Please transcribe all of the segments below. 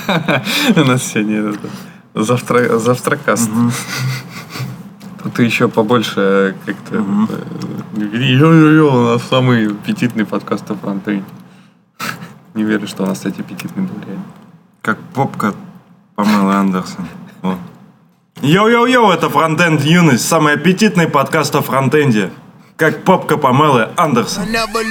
У нас сегодня завтракаст. Ты еще побольше как-то говори, у нас самый аппетитный подкаст о фронтенде. Не верю, что у нас, кстати, аппетитный был реально. Как попка Памелы Андерсон. Йоу-йоу-йоу, это Фронтенд Юность, самый аппетитный подкаст о фронтенде. Как попка Памелы Андерсон.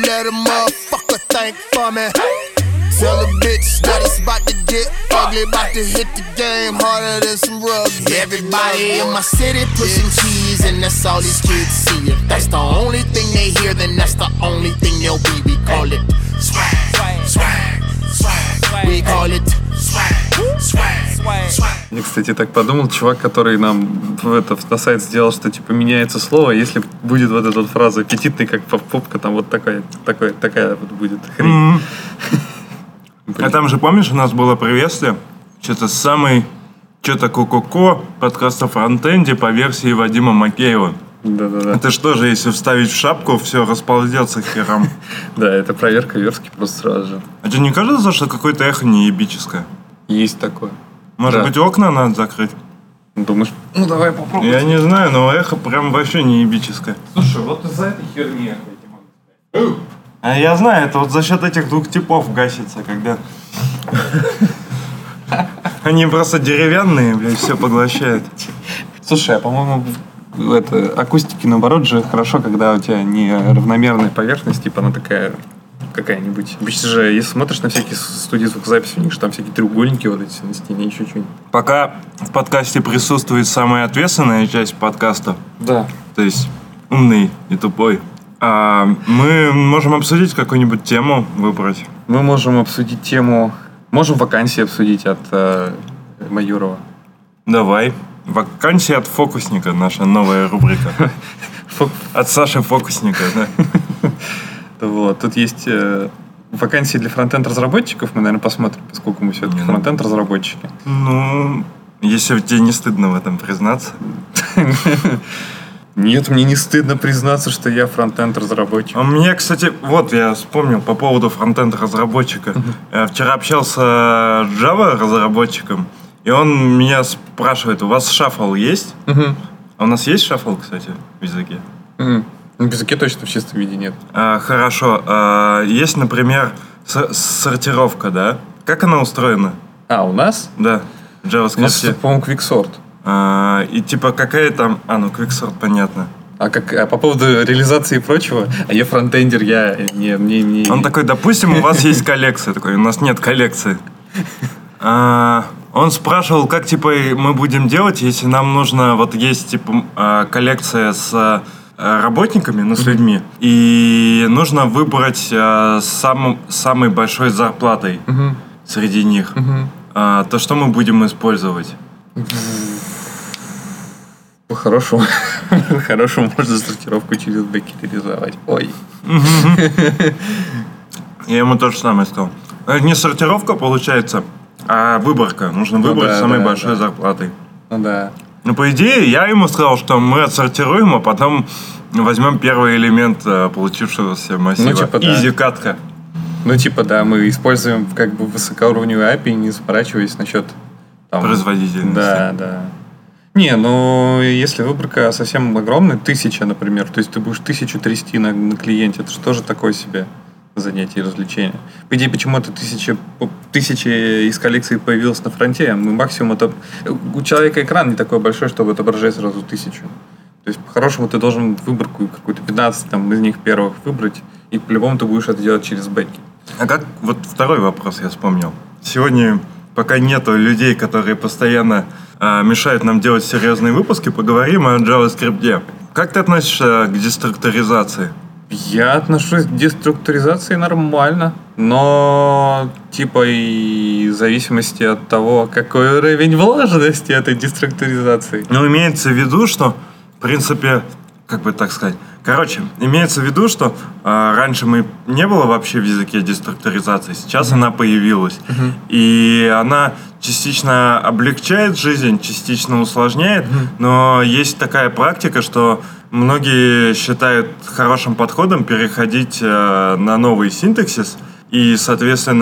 Tell a bitch that it's about to get ugly, about to hit the game harder than some rugby. Everybody in my city pushing cheese, and that's all these kids see. If that's the only thing they hear, then that's the only thing they'll be. We call it swag, swag, swag. We call it swag, swag, swag. Я, кстати, так подумал, чувак, который нам на сайт сделал, что типа меняется слово, если будет вот эта вот фраза аппетитный, как попка, там вот такая вот будет хрень. А там же, помнишь, у нас было приветствие? Что-то ко-ко-ко, подкаст о фронтенде по версии Вадима Макеева. Да-да-да. Это что же, если вставить в шапку, все расползется херам? Да, это проверка верстки просто сразу же. А тебе не кажется, что какое-то эхо неебическое? Есть такое. Может быть, окна надо закрыть? Думаешь? Ну, давай попробуем. Я не знаю, но эхо прям вообще неебическое. Слушай, вот из-за этой херни эхо я тебе могу сказать. А я знаю, это вот за счет этих двух типов гасится, когда... Они просто деревянные, блядь, все поглощают. Слушай, а по-моему, акустики наоборот же хорошо, когда у тебя не равномерная поверхность, типа она такая какая-нибудь. Обычно же, если смотришь на всякие студии звукозаписи, у них же там всякие треугольники вот эти на стене, еще что-нибудь. Пока в подкасте присутствует самая ответственная часть подкаста, да, то есть умный и тупой, мы можем обсудить какую-нибудь тему, выбрать. Мы можем обсудить тему... Можем вакансии обсудить от Майорова. Давай. Вакансия от фокусника, наша новая рубрика. От Саши Фокусника, да. Вот. Тут есть вакансии для фронтенд-разработчиков. Мы, наверное, посмотрим, поскольку мы все-таки фронтенд-разработчики. Ну, если тебе не стыдно в этом признаться. Нет, мне не стыдно признаться, что я фронтенд-разработчик. У меня, кстати, вот я вспомнил по поводу фронтенд-разработчика. Я вчера общался с Java-разработчиком, и он меня спрашивает, у вас шаффл есть? А у нас есть шаффл, кстати, в языке? Ну, в языке точно в чистом виде нет. Хорошо. Есть, например, сортировка, да? Как она устроена? У нас? Да, в JavaScript. У нас, по-моему, quicksort. И типа какая там... quicksort, понятно. А по поводу реализации и прочего, я фронтендер, мне... Он такой, допустим, у вас есть коллекция. Такой, у нас нет коллекции. Он спрашивал, как типа мы будем делать, если нам нужно... Вот есть типа коллекция с работниками, с людьми, и нужно выбрать самой большой зарплатой среди них. То, что мы будем использовать? По-хорошему можно сортировку через бэки реализовать. Ой. Я ему то же самое сказал. Не сортировка получается, а выборка. Нужно выбрать самой большой зарплатой. Ну да. Ну, по идее, я ему сказал, что мы отсортируем, а потом возьмем первый элемент получившегося массива. Ну, типа, да. Изи-катка. Ну, типа, да, мы используем как бы высокоуровневый API, не заморачиваясь насчет производительности. Да. Не, ну, если выборка совсем огромная, 1000, например, то есть ты будешь 1000 трясти на клиенте, это же тоже такое себе занятие и развлечение. По идее, почему-то 1000 из коллекции появилось на фронте, мы максимум это... У человека экран не такой большой, чтобы отображать сразу 1000. То есть, по-хорошему, ты должен выборку какую-то 15 из них первых выбрать, и по-любому ты будешь это делать через бэки. А как... Вот второй вопрос я вспомнил. Сегодня... Пока нету людей, которые постоянно мешают нам делать серьезные выпуски, поговорим о JavaScript. Как ты относишься к деструктуризации? Я отношусь к деструктуризации нормально, но типа и в зависимости от того, какой уровень влажности этой деструктуризации. Ну, имеется в виду, что, в принципе, как бы так сказать... Короче, имеется в виду, что раньше не было вообще в языке деструктуризации, сейчас она появилась. И она частично облегчает жизнь, частично усложняет, но есть такая практика, что многие считают хорошим подходом переходить на новый синтаксис и, соответственно,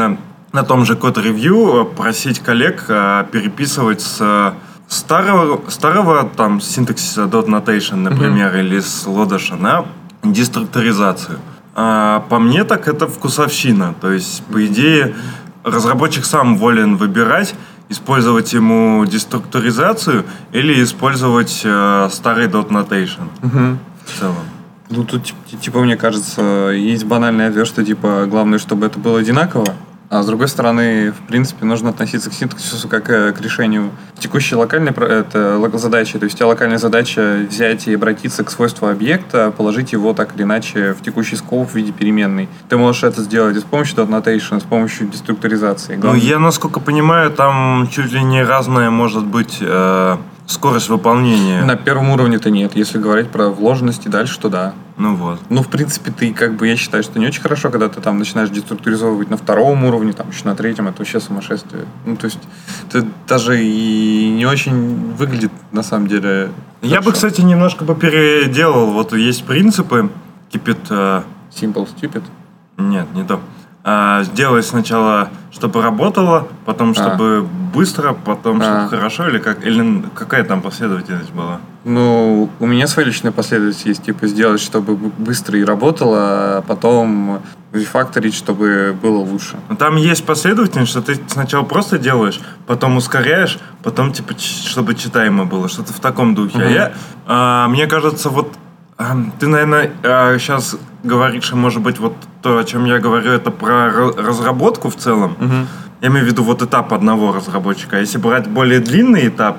на том же код-ревью просить коллег переписывать с старого там синтаксиса .dot notation, например, или с лодоша на деструктуризацию. По мне так это вкусовщина. То есть, по идее, разработчик сам волен выбирать, использовать ему деструктуризацию или использовать старый .dot notation в целом. Ну, тут, типа, мне кажется, есть банальный ответ, что, типа, главное, чтобы это было одинаково. А с другой стороны, в принципе, нужно относиться к синтаксису как к решению текущей локальной задачи. То есть у тебя локальная задача взять и обратиться к свойству объекта, положить его так или иначе в текущий скоп в виде переменной. Ты можешь это сделать и с помощью .dot notation, и с помощью деструктуризации. Ну, я, насколько понимаю, там чуть ли не разная может быть скорость выполнения. На первом уровне-то нет. Если говорить про вложенности дальше, то да. Ну вот. Ну, в принципе, ты я считаю, что не очень хорошо, когда ты там начинаешь деструктуризовывать на втором уровне, там еще на третьем, это вообще сумасшествие. Ну, то есть, это даже и не очень выглядит, на самом деле. Я бы, кстати, немножко переделал. Вот есть принципы. Simple, stupid? Нет, не то. Сделай сначала, чтобы работало, потом, чтобы быстро, потом, чтобы хорошо, или какая там последовательность была? Ну, у меня своя личная последовательность есть, типа сделать, чтобы быстро и работало, а потом рефакторить, чтобы было лучше. Но там есть последовательность, что ты сначала просто делаешь, потом ускоряешь, потом, типа, чтобы читаемо было, что-то в таком духе. Мне кажется, вот ты, наверное, сейчас говоришь, может быть, вот то, о чем я говорю, это про разработку в целом. Я имею в виду вот этап одного разработчика. Если брать более длинный этап,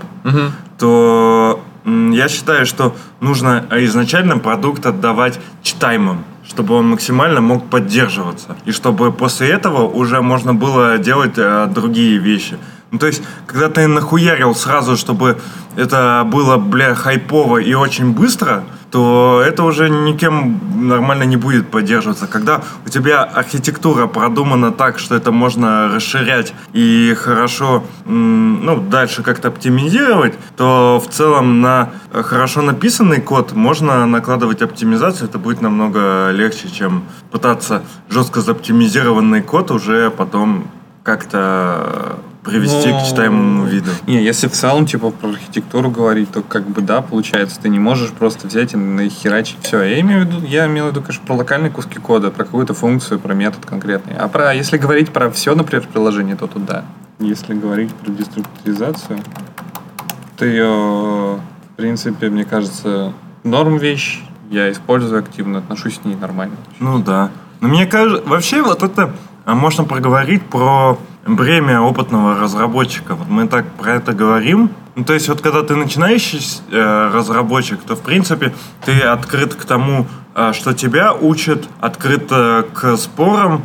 то я считаю, что нужно изначально продукт отдавать читаемым, чтобы он максимально мог поддерживаться. И чтобы после этого уже можно было делать другие вещи. Ну, то есть, когда ты нахуярил сразу, чтобы это было, хайпово и очень быстро, то это уже никем нормально не будет поддерживаться. Когда у тебя архитектура продумана так, что это можно расширять и хорошо, дальше как-то оптимизировать, то в целом на хорошо написанный код можно накладывать оптимизацию. Это будет намного легче, чем пытаться жестко заоптимизированный код уже потом как-то привести к читаемому виду. Не, если в целом, типа, про архитектуру говорить, то да, получается, ты не можешь просто взять и нахерачить все. Я имею в виду, конечно, про локальные куски кода, про какую-то функцию, про метод конкретный. А если говорить про все, например, приложение, то тут да. Если говорить про деструктуризацию, то ее, в принципе, мне кажется, норм вещь. Я использую активно, отношусь к ней нормально. Ну да. Но мне кажется, вообще вот это можно проговорить про бремя опытного разработчика. Вот мы так про это говорим. Ну, то есть, вот когда ты начинающий разработчик, то, в принципе, ты открыт к тому, что тебя учат, открыт к спорам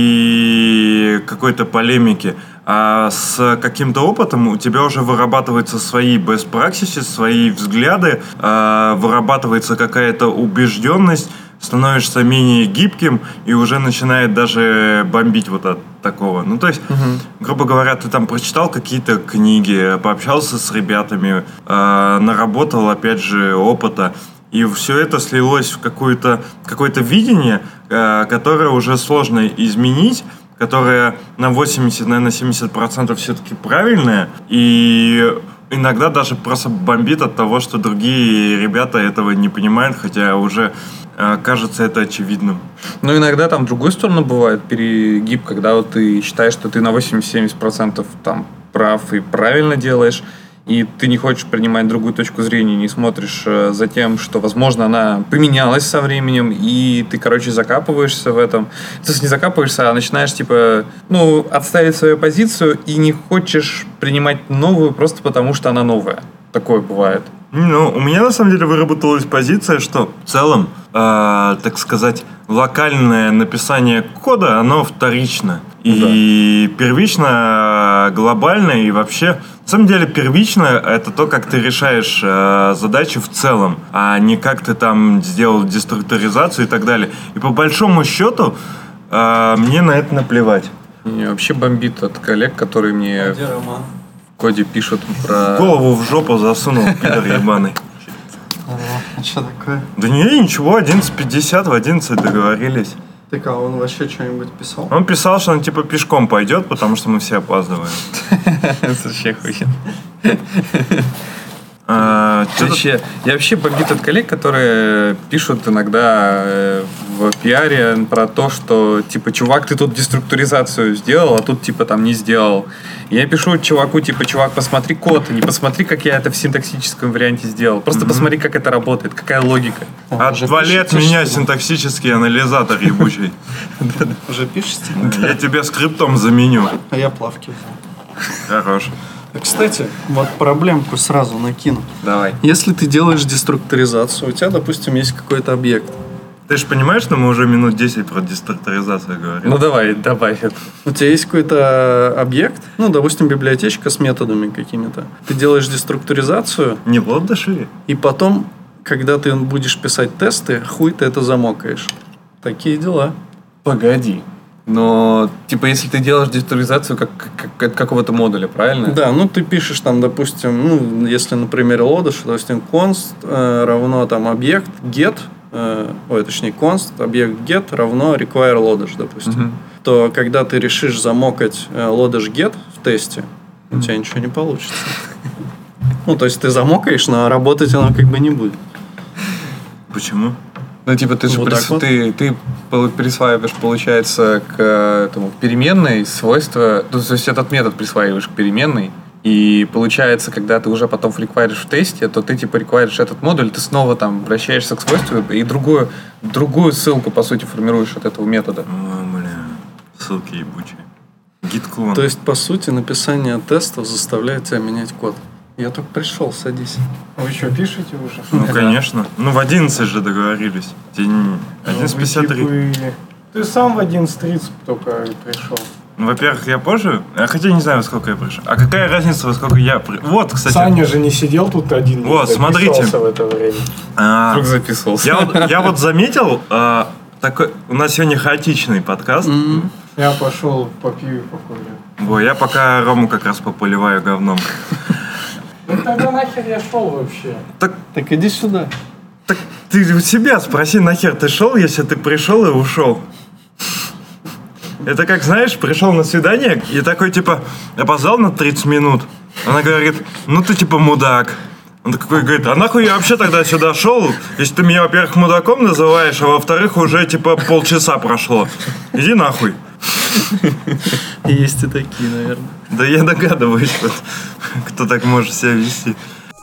и какой-то полемике. А с каким-то опытом у тебя уже вырабатываются свои best practices, свои взгляды, вырабатывается какая-то убежденность, становишься менее гибким и уже начинает даже бомбить вот от такого. Ну, то есть, грубо говоря, ты там прочитал какие-то книги, пообщался с ребятами, наработал, опять же, опыта, и все это слилось в какое-то видение, которое уже сложно изменить, которое на 80, наверное, 70% все-таки правильное, и иногда даже просто бомбит от того, что другие ребята этого не понимают, хотя уже кажется это очевидным. Ну, иногда там в другую сторону бывает перегиб, когда вот ты считаешь, что ты на 80-70% там прав и правильно делаешь, и ты не хочешь принимать другую точку зрения, не смотришь за тем, что, возможно, она поменялась со временем, и ты, закапываешься в этом. То есть не закапываешься, а начинаешь, отставить свою позицию и не хочешь принимать новую просто потому, что она новая. Такое бывает. Ну, у меня, на самом деле, выработалась позиция, что в целом, так сказать, локальное написание кода, оно вторично. И первично глобально, и вообще, на самом деле, первично это то, как ты решаешь задачи в целом, а не как ты там сделал деструктуризацию и так далее. И по большому счету, мне на это наплевать. Мне вообще бомбит от коллег, которые мне в коде пишут про... Голову в жопу засунул, пидор ебаный. А что такое? Да ничего, 11:50, в 11 договорились. Так, а он вообще что-нибудь писал? Он писал, что он типа пешком пойдет, потому что мы все опаздываем. Вообще хуйня. А, Я вообще бомбит от коллег, которые пишут иногда в пиаре про то, что типа, чувак, ты тут деструктуризацию сделал, а тут типа там не сделал. Я пишу чуваку, типа, чувак, посмотри код, не посмотри, как я это в синтаксическом варианте сделал. Просто посмотри, как это работает, какая логика. Отвали от меня синтаксический анализатор ебучий. Уже пишете? Я тебе скриптом заменю. А я плавки взял. Хорош. Кстати, вот проблемку сразу накину. Давай. Если ты делаешь деструктуризацию, у тебя, допустим, есть какой-то объект. Ты же понимаешь, что мы уже минут 10 про деструктуризацию говорим? Ну давай, добавь это. У тебя есть какой-то объект, ну, допустим, библиотечка с методами какими-то. Ты делаешь деструктуризацию, Не вот дошли? и потом, когда ты будешь писать тесты, хуй ты это замокаешь. Такие дела. Погоди. Но, типа, если ты делаешь деструктуризацию как какого-то модуля, правильно? Да, ну ты пишешь там, допустим, ну, если на примере лодыша, допустим, const равно там объект get, точнее, const объект get равно require лодыш, допустим. То когда ты решишь замокать лодыш get в тесте, у тебя ничего не получится. Ну, то есть ты замокаешь, но работать оно как бы не будет. Почему? Ну, типа, ты же Вот так вот. ты присваиваешь, получается, к этому переменной свойства, то есть этот метод присваиваешь к переменной, и получается, когда ты уже потом реквайришь в тесте, то ты типа реквайришь этот модуль, ты снова там обращаешься к свойству и другую ссылку, по сути, формируешь от этого метода. О, бля, ссылки ебучие. Гид-клон. То есть, по сути, написание тестов заставляет тебя менять код. Я только пришел, садись. Вы что, пишете уже? Ну, конечно. Ну, в 11 же договорились. 11:53. Ты сам в 11:30 только пришел. Ну, во-первых, я позже. Хотя не знаю, во сколько я пришел. А какая разница, во сколько я пришел? Вот, кстати. Саня же не сидел тут один. Вот, не смотрите. записывался в это время. Вдруг записывался. Я вот заметил, такой, у нас сегодня хаотичный подкаст. Я пошел попью и покурю. Ой, я пока Рому как раз пополиваю говном. Ну тогда нахер я шел вообще? Так иди сюда. Так ты у себя спроси, нахер ты шел, если ты пришел и ушел. Это как, знаешь, пришел на свидание и такой, типа, опоздал на 30 минут. Она говорит, ну ты, типа, мудак. Он такой говорит, а нахуй я вообще тогда сюда шел, если ты меня, во-первых, мудаком называешь, а во-вторых, уже, типа, полчаса прошло. Иди нахуй. Есть и такие, наверное. Да я догадываюсь, кто так может себя вести.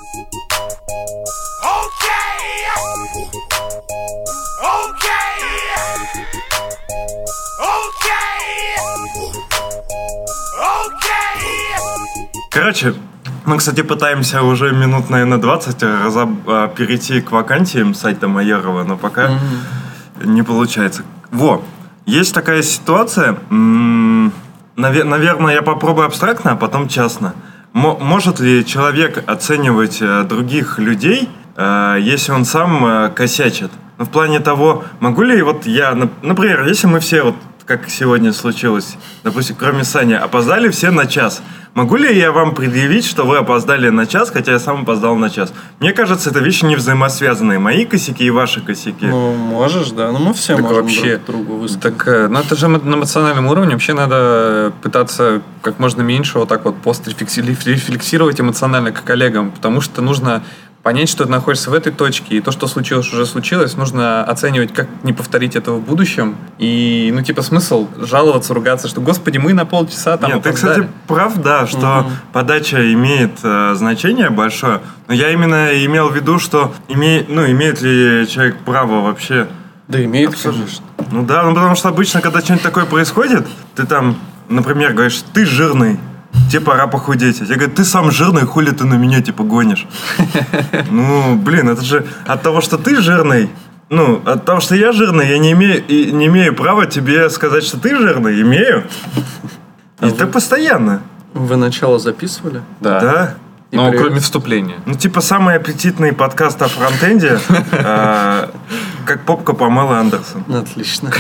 Короче, мы, кстати, пытаемся уже минут, наверное, 20 перейти к вакансиям сайта Майорова, но пока не получается. Есть такая ситуация, наверное, я попробую абстрактно, а потом частно. Может ли человек оценивать других людей, если он сам косячит? Ну, в плане того, могу ли вот я, например, если мы все, вот как сегодня случилось, допустим, кроме Сани, опоздали все на час, могу ли я вам предъявить, что вы опоздали на час, хотя я сам опоздал на час? Мне кажется, это вещи не взаимосвязанные. Мои косяки и ваши косяки. Ну, можешь, да. Ну, мы все так можем вообще, друг другу высказать. Так, ну это же на эмоциональном уровне. Вообще надо пытаться как можно меньше вот так вот пострефлексировать эмоционально к коллегам, потому что нужно понять, что ты находишься в этой точке, и то, что случилось, уже случилось, нужно оценивать, как не повторить этого в будущем. И, ну, типа, смысл жаловаться, ругаться, что, господи, мы на полчаса там Нет, ты, опоздали. кстати, прав, да, что подача имеет значение большое, но я именно имел в виду, что имеет ли человек право вообще... Да имеет, конечно. Ну да, потому что обычно, когда что-нибудь такое происходит, ты там, например, говоришь, ты жирный, тебе пора похудеть. Я говорю, ты сам жирный, хули ты на меня, типа, гонишь? Ну, блин, это же от того, что ты жирный, ну, от того, что я жирный, я не имею права тебе сказать, что ты жирный. Имею. И так постоянно. Вы начало записывали? Да. Да. Ну, привет. кроме вступления. Ну, типа, самый аппетитный подкаст о фронтенде, как попка Памелы Андерсон. Отлично.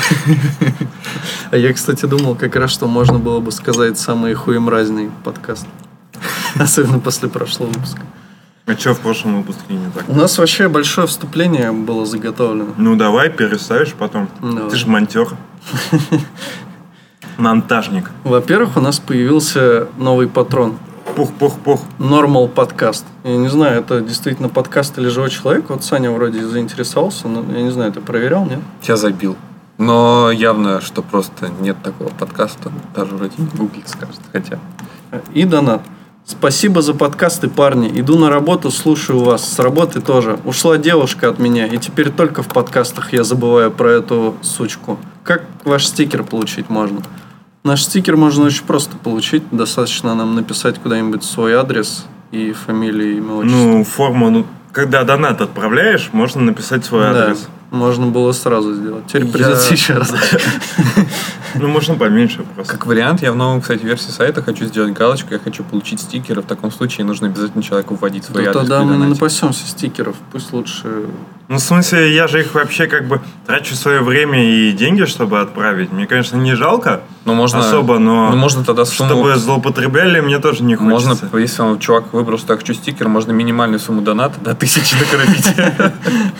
А я, кстати, думал как раз, что можно было бы сказать самый хуемразный подкаст. Особенно после прошлого выпуска. А что в прошлом выпуске не так? У нас вообще большое вступление было заготовлено. Ну, давай, переставишь потом. Давай. Ты же монтер. Монтажник. Во-первых, у нас появился новый патрон. Пух-пух-пух. Normal подкаст. Я не знаю, это действительно подкаст или живой человек. Вот Саня вроде заинтересовался, но я не знаю, ты проверял, нет? Я забил. Но явно, что просто нет такого подкаста. Даже вроде не гуглить скажет, хотя. И донат. Спасибо за подкасты, парни. Иду на работу, слушаю вас. С работы тоже. Ушла девушка от меня, и теперь только в подкастах я забываю про эту сучку. Как ваш стикер получить можно? Наш стикер можно очень просто получить. Достаточно нам написать куда-нибудь свой адрес и фамилию, имя, отчество. Форму, когда донат отправляешь, можно написать свой адрес. Можно было сразу сделать. Теперь придется еще раз. Можно поменьше просто. Как вариант, я в новом, кстати, версии сайта хочу сделать галочку, я хочу получить стикеры. В таком случае нужно обязательно человеку вводить свой адрес. Тогда мы не напасемся стикеров. Пусть лучше... В смысле, я же их вообще трачу свое время и деньги, чтобы отправить. Мне, конечно, не жалко особо, но можно тогда чтобы злоупотребляли, мне тоже не хочется. Можно, если он, чувак выбрал, что я хочу стикер, можно минимальную сумму доната до 1000 накопить.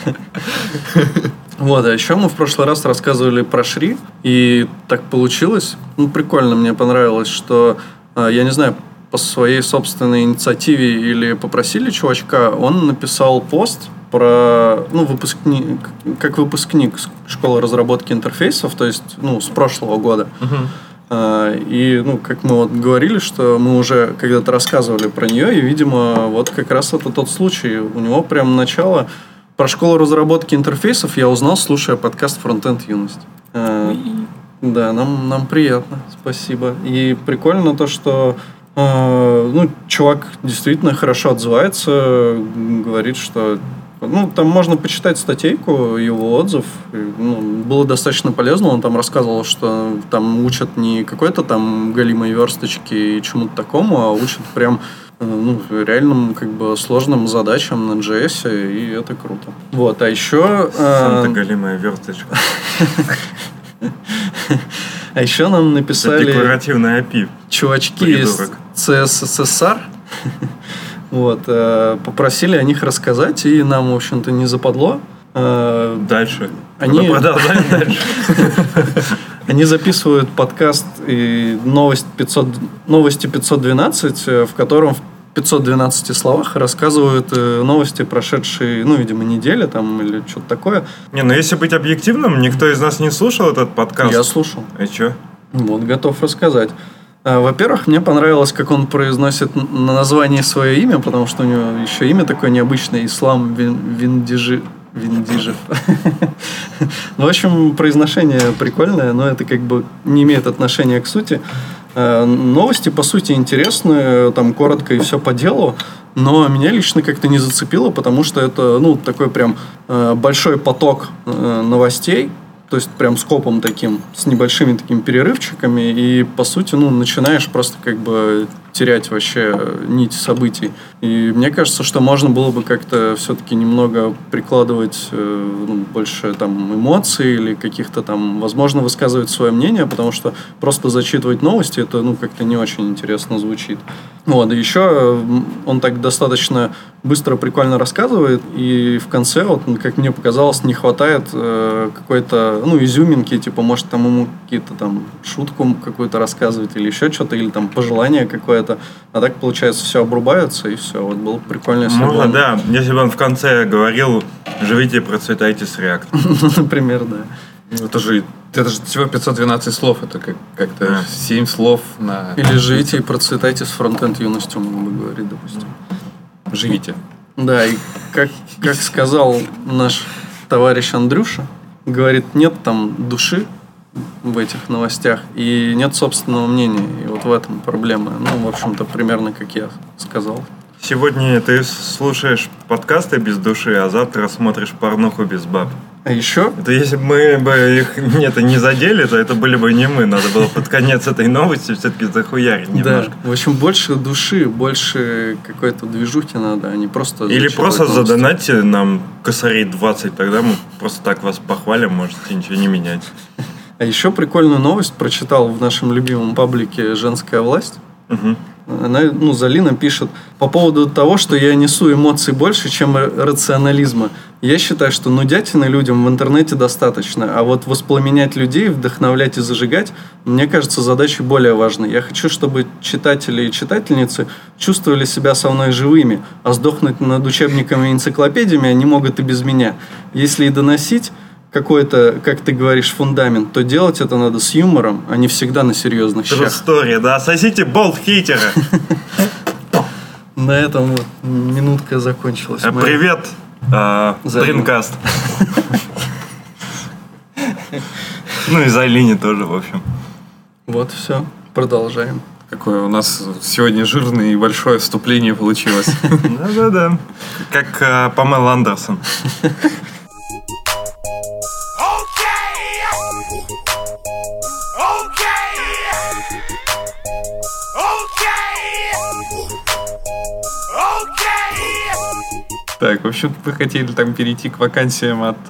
Вот, а еще мы в прошлый раз рассказывали про Шри, и так получилось, прикольно, мне понравилось, что, я не знаю, по своей собственной инициативе или попросили чувачка, он написал пост про, как выпускник школы разработки интерфейсов, то есть, с прошлого года. И, как мы говорили, что мы уже когда-то рассказывали про нее, и, видимо, вот как раз это тот случай. У него прям начало... Про школу разработки интерфейсов я узнал, слушая подкаст «Фронтенд Юность». Да, нам приятно, спасибо. И прикольно то, что чувак действительно хорошо отзывается, говорит, что там можно почитать статейку, его отзыв. Было достаточно полезно. Он там рассказывал, что там учат не какой-то там галимой версточки и чему-то такому, а учат прям реальным сложным задачам на JS, и это круто. Вот, а еще... Сам-то галимая версточка. А еще нам написали... Это декларативная API. Чувачки из CSSR. Вот, попросили о них рассказать, и нам, в общем-то, не западло. Дальше. Продолжаем дальше. Они записывают подкаст и новости 512, в котором в 512 словах рассказывают новости прошедшей, видимо, недели там или что-то такое. Если быть объективным, никто из нас не слушал этот подкаст. Я слушал. И что? Вот, готов рассказать. Во-первых, мне понравилось, как он произносит на название свое имя, потому что у него еще имя такое необычное — Ислам Виндижев. В общем, произношение прикольное, но это не имеет отношения к сути. Новости, по сути, интересные, там коротко и все по делу, но меня лично как-то не зацепило, потому что это, такой прям большой поток новостей, то есть прям скопом таким, с небольшими такими перерывчиками, и по сути, начинаешь просто терять вообще нить событий. И мне кажется, что можно было бы как-то все-таки немного прикладывать больше там эмоций или каких-то там, возможно, высказывать свое мнение, потому что просто зачитывать новости, это как-то не очень интересно звучит. Вот, и еще он так достаточно быстро, прикольно рассказывает, и в конце, как мне показалось, не хватает какой-то, изюминки, типа, может, там ему какие-то там шутку какую-то рассказывать или еще что-то, или там пожелание какое-то, а так, получается, все обрубается, и все. Вот было прикольно, если бы он... да, если бы он в конце говорил: живите и процветайте с React. Например, да. Это же всего 512 слов, это как-то 7 слов на... Или живите и процветайте с фронтенд юностью, могу бы говорить, допустим. Живите. Да, и как сказал наш товарищ Андрюша, говорит, нет там души в этих новостях и нет собственного мнения. И вот в этом проблема. В общем-то, примерно как я сказал. Сегодня ты слушаешь подкасты без души, а завтра смотришь порнуху без баб. А еще? Это если бы мы их не задели, то это были бы не мы. Надо было под конец этой новости все-таки захуярить немножко. Да, в общем, больше души, больше какой-то движухи надо, а не просто... Или просто задонатьте нам косарей 20, тогда мы просто так вас похвалим, можете ничего не менять. А еще прикольную новость прочитал в нашем любимом паблике «Женская власть». Угу. Она, Залина пишет по поводу того, что я несу эмоций больше, чем рационализма. Я считаю, что нудятины людям в интернете достаточно, а вот воспламенять людей, вдохновлять и зажигать, мне кажется, задачей более важной. Я хочу, чтобы читатели и читательницы чувствовали себя со мной живыми, а сдохнуть над учебниками и энциклопедиями они могут и без меня. Если и доносить какой-то, как ты говоришь, фундамент, то делать это надо с юмором, а не всегда на серьезных щах. True story, да. Сосите болт-хейтера. На этом вот минутка закончилась. Привет, Dreamcast. Ну и Залине тоже, в общем. Вот, все. Продолжаем. Какое у нас сегодня жирное и большое вступление получилось. Да-да-да. Как Памела Андерсон. Так, в общем, вы хотели там перейти к вакансиям от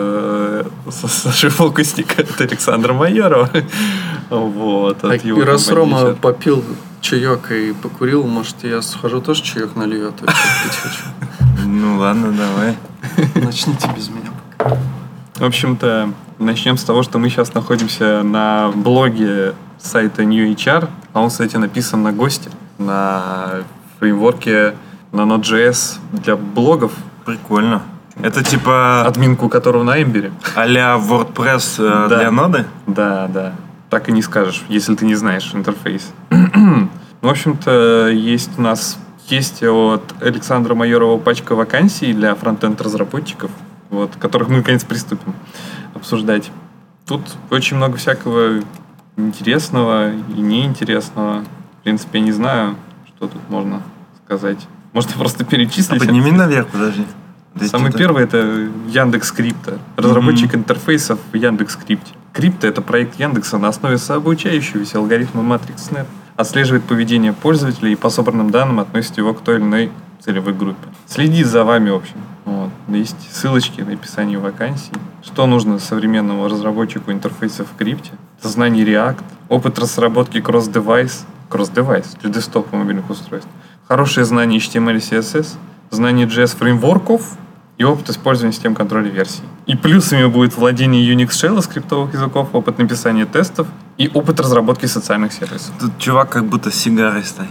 Саши Фокусника, от Александра Майорова. Вот, от его раз Рома попил чаек и покурил, может, я схожу тоже чаек налью, а то я пить хочу. Ну ладно, давай. Начните без меня пока. В общем-то, начнем с того, что мы сейчас находимся на блоге сайта New HR, а он, кстати, написан на Госте, на фреймворке на Node.js для блогов. Прикольно. Это типа... Админку которого на Ember. А-ля WordPress для ноды? Да. Так и не скажешь, если ты не знаешь интерфейс. В общем-то, есть у нас от Александра Майорова пачка вакансий для фронтенд разработчиков, вот, которых мы наконец приступим обсуждать. Тут очень много всякого интересного и неинтересного. В принципе, я не знаю, что тут можно сказать. Можно просто перечислить. Подними наверх, подожди. Самый первый — это Яндекс.Скрипта. Разработчик интерфейсов в Яндекс.Скрипте. Крипто — это проект Яндекса на основе сообучающегося алгоритма MatrixNet. Отслеживает поведение пользователя и по собранным данным относит его к той или иной целевой группе. Следит за вами, в общем. Вот. Есть ссылочки на описание вакансий. Что нужно современному разработчику интерфейса в крипте? Это знание React, опыт разработки кросс-девайс для десктопа и мобильных устройств, хорошее знание HTML и CSS, знание JS-фреймворков и опыт использования систем контроля версий. И плюсами будет владение Unix Shell, скриптовых языков, опыт написания тестов и опыт разработки социальных сервисов. Тут чувак как будто с сигарой стоит.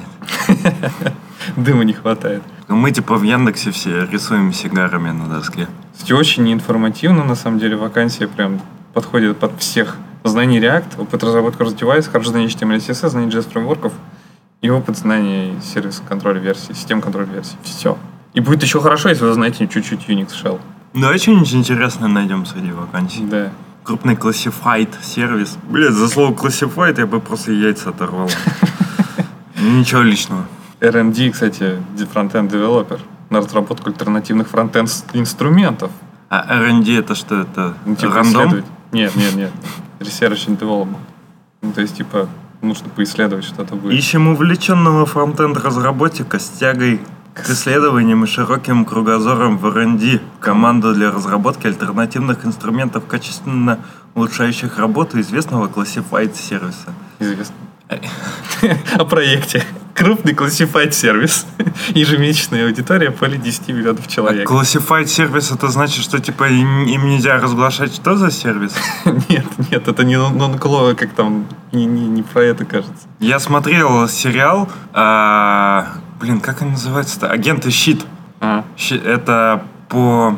Дыма не хватает. Мы типа в Яндексе все рисуем сигарами на доске. Кстати, очень неинформативно, на самом деле, вакансия прям подходит под всех. Знание React, опыт разработки кросс-девайс, хорошее знание HTML и CSS, знание JS-фреймворков и опыт знаний сервиса контроля версий, систем контроля версий. Все. И будет еще хорошо, если вы знаете чуть-чуть Unix Shell. Давай что-нибудь интересное найдем среди вакансий. Да. Крупный classified сервис. Блядь, за слово classified я бы просто яйца оторвал. Ничего личного. R&D, кстати, фронтенд девелопер на разработку альтернативных фронтенд инструментов. А R&D это что? Это типа рандом? Нет. Research and Development. То есть, типа, нужно поисследовать, что-то будет. Ищем увлеченного фронтенд-разработчика с тягой к исследованиям и широким кругозором в R&D. Команду для разработки альтернативных инструментов, качественно улучшающих работу известного classified сервиса. Известно. О проекте. Крупный classified сервис. Ежемесячная аудитория более 10 миллионов человек. А classified сервис это значит, что типа им нельзя разглашать, что за сервис? Нет, это не non-clo, как там, не про это, кажется. Я смотрел сериал, как он называется-то? Агенты Щит. Это по...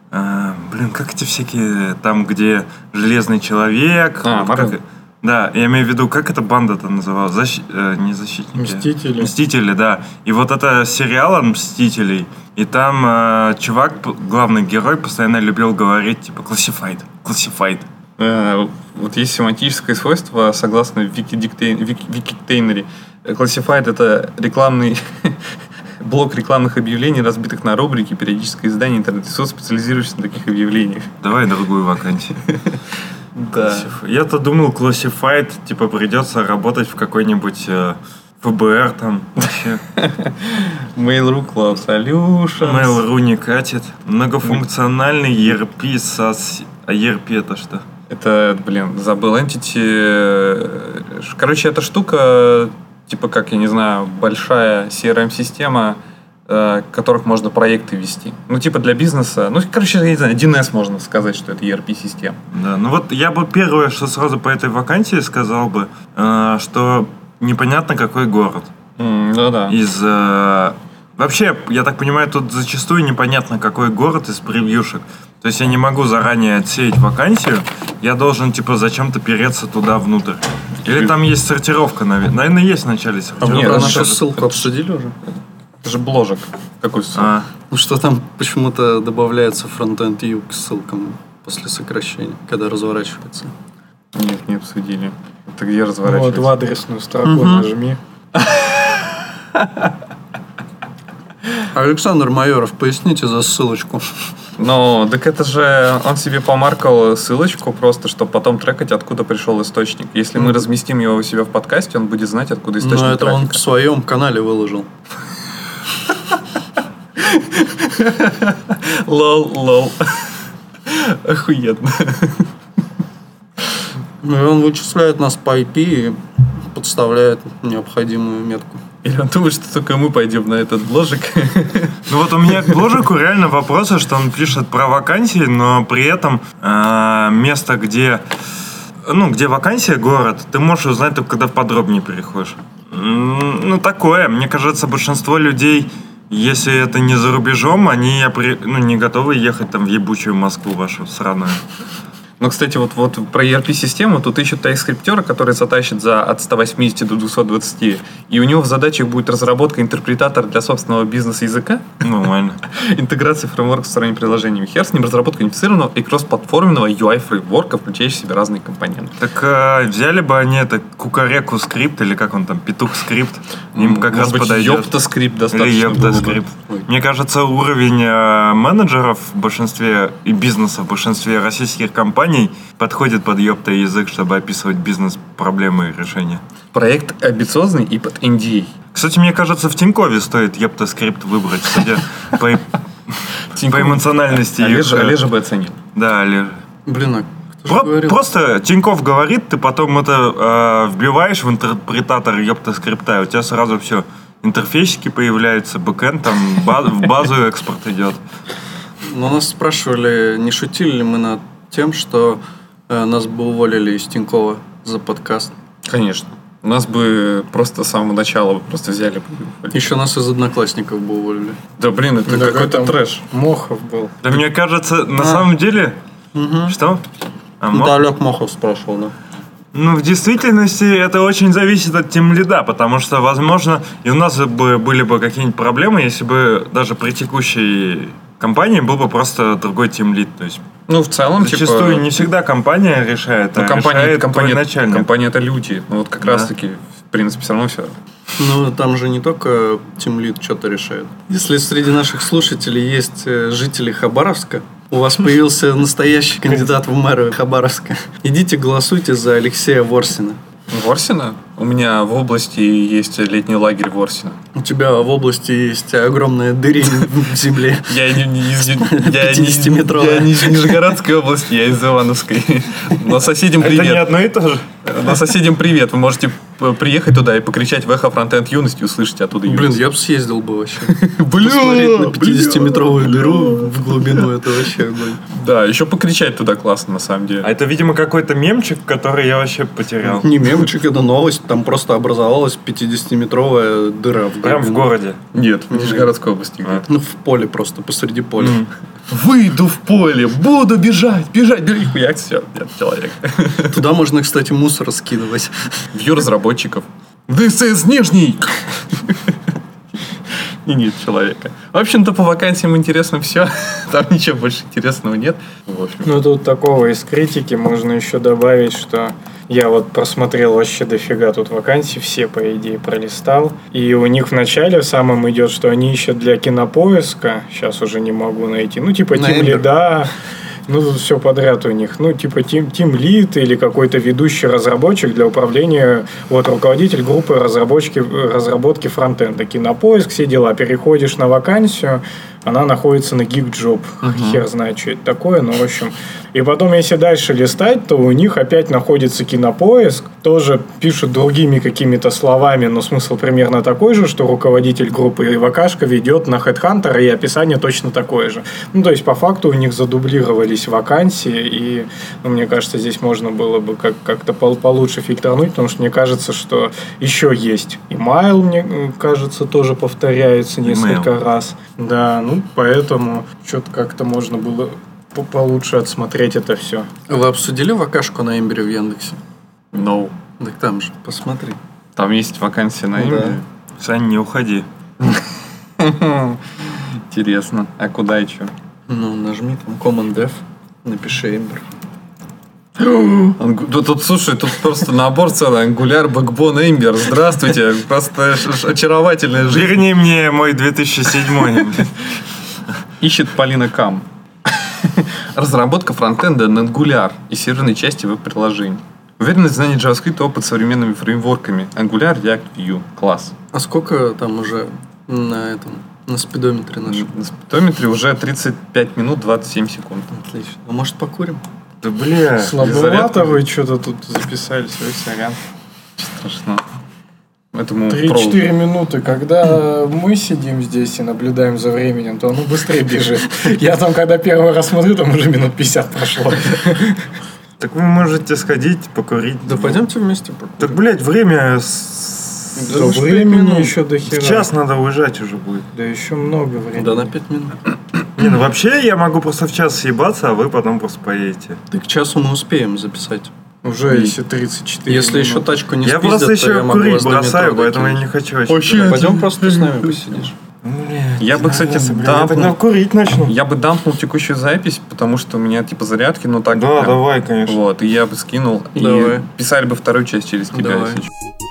как эти всякие, там, где Железный человек... Да, я имею в виду, как эта банда-то называлась? Не защитники. Мстители, да. И вот это сериал от Мстителей. И там чувак, главный герой, постоянно любил говорить, типа, classified. Вот есть семантическое свойство, согласно Wikidictionary. Classified — это рекламный блок рекламных объявлений, разбитых на рубрики, периодическое издание, интернет-ресурс, специализирующийся на таких объявлениях. Давай другую вакансию. Да. Я-то думал, classified, типа, придется работать в какой-нибудь ФБР там вообще. Mail.ru Cloud Solutions. Mail.ru не катит. Многофункциональный ERP SaaS. А ERP это что? Это, забыл, Entity. Короче, эта штука типа как, я не знаю, большая CRM-система, которых можно проекты вести. Ну, типа для бизнеса. Ну, короче, я не знаю, 1С можно сказать, что это ERP-система. Да, ну вот я бы первое, что сразу по этой вакансии сказал бы, что непонятно, какой город. Да. Вообще, я так понимаю, тут зачастую непонятно, какой город из превьюшек. То есть я не могу заранее отсеять вакансию, я должен, типа, зачем-то переться туда внутрь. Или там есть сортировка, наверное, есть в начале сортировка. Нет, нашу ссылку обсудили уже? Это же бложек. Какой ссылка? Ну что там почему-то добавляется фронтенд view к ссылкам после сокращения, когда разворачивается. Нет, не обсудили. Это где разворачивается? Вот в адресную строку нажми. Александр Майоров, поясните за ссылочку. Ну, так это же он себе помаркал ссылочку просто, чтобы потом трекать, откуда пришел источник. Если мы разместим его у себя в подкасте, он будет знать, откуда источник Но это трафика. он в своем канале выложил. Лол. Охуенно. Ну и он вычисляет нас по IP и подставляет необходимую метку. Или он думает, что только мы пойдем на этот бложик. Ну вот у меня к бложику реально вопросы, что он пишет про вакансии, но при этом место, где вакансия, город, ты можешь узнать только когда подробнее переходишь. Ну такое, мне кажется, большинство людей, если это не за рубежом, они не готовы ехать там в ебучую Москву вашу сраную. Ну, кстати, вот про ERP-систему тут ищут тайскриптера, который затащит от 180 до 220, и у него в задачах будет разработка интерпретатора для собственного бизнес-языка. Нормально. Интеграция фреймворка с сторонними приложениями. Хер с ним, разработка унифицированного и кроссплатформенного UI-фреймворка, включающего в себя разные компоненты. Так взяли бы они это Кукареку скрипт, или как он там, Петух скрипт, им как раз подойдет. Ёпта скрипт достаточно. Или Ёпта скрипт. Мне кажется, уровень менеджеров в большинстве и бизнеса в большинстве российских компаний подходит под ёпта язык, чтобы описывать бизнес-проблемы и решения. Проект амбициозный и под NDA. Кстати, мне кажется, в Тинькове стоит ёпта скрипт выбрать, судя по эмоциональности. Олежа бы оценил. Да, Олежа. Блин, а кто же говорил? Просто Тиньков говорит, ты потом это вбиваешь в интерпретатор ёпта скрипта, и у тебя сразу все. Интерфейсики появляются, бэкэнд, там в базу экспорт идет. Но нас спрашивали, не шутили ли мы над тем, что нас бы уволили из Тинькова за подкаст. Конечно. Нас бы просто с самого начала просто взяли бы. Еще нас из одноклассников бы уволили. Да блин, это Да, какой-то там трэш. Мохов был. Да мне кажется, на самом деле... Что? Да, Олег Мохов спрашивал, да. Ну, в действительности это очень зависит от тимлида, потому что, возможно, и у нас бы были бы какие-нибудь проблемы, если бы даже при текущей компании был бы просто другой тимлид. То есть, ну, в целом, зачастую не всегда компания решает, а решает твой начальник. Компания — это люди. Ну, вот как раз-таки, в принципе, все равно все. Ну, там же не только тимлид что-то решает. Если среди наших слушателей есть жители Хабаровска, у вас появился настоящий кандидат в мэры Хабаровска, идите голосуйте за Алексея Ворсина. Ворсина? У меня в области есть летний лагерь Ворсина. У тебя в области есть огромная дырень в земле. Я не 50-метровая. Я не из Нижегородской области, я из Ивановской. Но соседям привет. Это не одно и то же. Но соседям привет. Вы можете приехать туда и покричать в эхо фронтенд юности и услышать оттуда юность. Блин, я бы съездил бы вообще. Посмотреть на 50-метровую дыру в глубину, это вообще огонь. Да, еще покричать туда классно, на самом деле. А это, видимо, какой-то мемчик, который я вообще потерял. Не мемчик, это новость. Там просто образовалась 50-метровая дыра в Прям в городе. Нет, в Нижегородской области. Ну, в поле просто, посреди поля. Выйду в поле, буду бежать. Хуяк, все, нет человек. Туда можно, кстати, мусор скидывать. Вью разработчиков. This is Нижний! И нет человека. В общем-то, по вакансиям интересно все. Там ничего больше интересного нет. В общем. Ну, тут такого из критики можно еще добавить, что я вот просмотрел вообще дофига тут вакансий, все, по идее, пролистал. И у них в начале в самом идет, что они ищут для Кинопоиска, сейчас уже не могу найти, ну, типа тимлида, ну, тут все подряд у них, ну, типа тимлид или какой-то ведущий разработчик для управления, вот, руководитель группы разработки фронтенда, Кинопоиск, все дела. Переходишь на вакансию, она находится на GeekJob. Хер знает, что это такое, но в общем. И потом, если дальше листать, то у них опять находится Кинопоиск, тоже пишут другими какими-то словами, но смысл примерно такой же, что руководитель группы Вакашка ведет на HeadHunter, и описание точно такое же. Ну, то есть, по факту у них задублировались вакансии, и, ну, мне кажется, здесь можно было бы как-то получше фильтрануть, потому что мне кажется, что еще есть email, мне кажется, тоже повторяется несколько раз. Да, ну, поэтому что-то как-то можно было получше отсмотреть это все. Вы обсудили вакашку на Эмбере в Яндексе? No. Так там же, посмотри. Там есть вакансия на Эмбере? Сань, не уходи. Интересно. А куда и что? Ну, нажми там Command Dev, напиши Ember. Тут, слушай, тут просто набор целый. Angular, Backbone, Ember. Здравствуйте. Просто очаровательная жизнь. Верни мне мой 2007. Ищет Полина Кам. Разработка фронтенда на Angular и серверной части веб-приложений. Уверенность в знании JavaScript и опыт с современными фреймворками. Angular, React, Vue. Класс. А сколько там уже на спидометре нашем? На спидометре уже 35 минут 27 секунд. Отлично. А может покурим? Да бля. Слабовато вы что-то тут записали, свой сорян. Страшно. Этому 3-4 минуты. Когда мы сидим здесь и наблюдаем за временем, то оно быстрее бежит. Я там, когда первый раз смотрю, там уже минут 50 прошло. Так вы можете сходить, покурить. Да пойдемте вместе покурим. Так, блядь, время... Да времени еще до хера. В час надо уезжать уже будет. Да еще много времени. Да на 5 минут. Не, ну вообще я могу просто в час съебаться, а вы потом просто поедете. Так к часу мы успеем записать. Уже если 34 Если минут. еще тачку не Я спиздят, просто то еще я могу курить вас до бросаю, метро поэтому я докинуть. не хочу. Вообще, Пойдем просто с нами посидишь. Я бы, кстати, я тогда курить начну. Я бы дампнул текущую запись, потому что у меня типа зарядки, но так. Да, давай, конечно. Вот, и я бы скинул. Давай. И писали бы вторую часть через тебя. Давай. Если чё.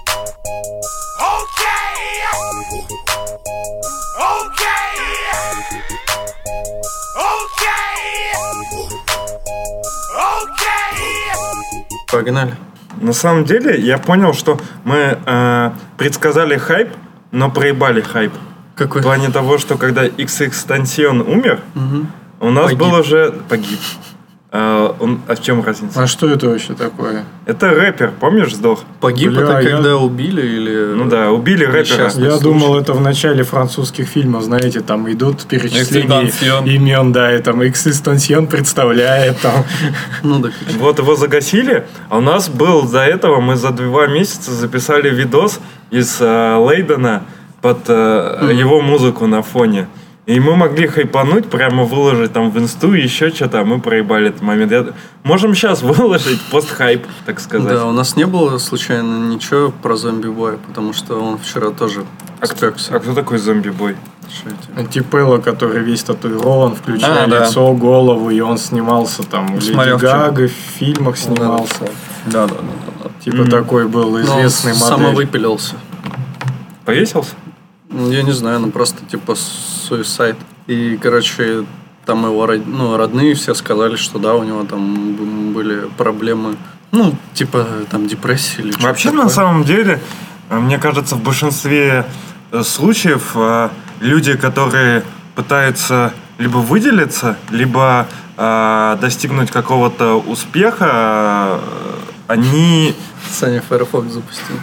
Погнали. На самом деле, я понял, что мы предсказали хайп, но проебали хайп. Какой? В плане того, что когда XX-Tension умер, у нас Погиб. был уже... Погиб. А в чем разница? А что это вообще такое? Это рэпер, помнишь, сдох? Погиб Бля, это я- когда убили или... Ну да, убили рэпера. Несчастный. Я Слушай. думал, это в начале французских фильмов, знаете, там идут перечисления Экстенсион. имен, да, и там Экстенсион представляет там. Ну так. Вот его загасили, а у нас был до этого, мы за 2 месяца записали видос из Лейдена под его музыку на фоне. И мы могли хайпануть, прямо выложить там в инсту и еще что-то, а мы проебали этот момент. Можем сейчас выложить пост-хайп, так сказать. Да, у нас не было случайно ничего про зомби-боя, потому что он вчера тоже спекся. А кто такой зомби-бой? Антипелло, который весь татуирован, включая А, да. лицо, голову, и он снимался там, Леди Смотрел вчера. Гага в фильмах снимался. Да. Типа такой был Но он известный модель. самовыпилился. Повесился? Ну, я не знаю, ну просто типа суицид. И, короче, там его родные все сказали, что да, у него там были проблемы. Ну, типа там депрессия или что-то Вообще, такое. на самом деле, мне кажется, в большинстве случаев люди, которые пытаются либо выделиться, либо достигнуть какого-то успеха, они... Саня Firefox запустил.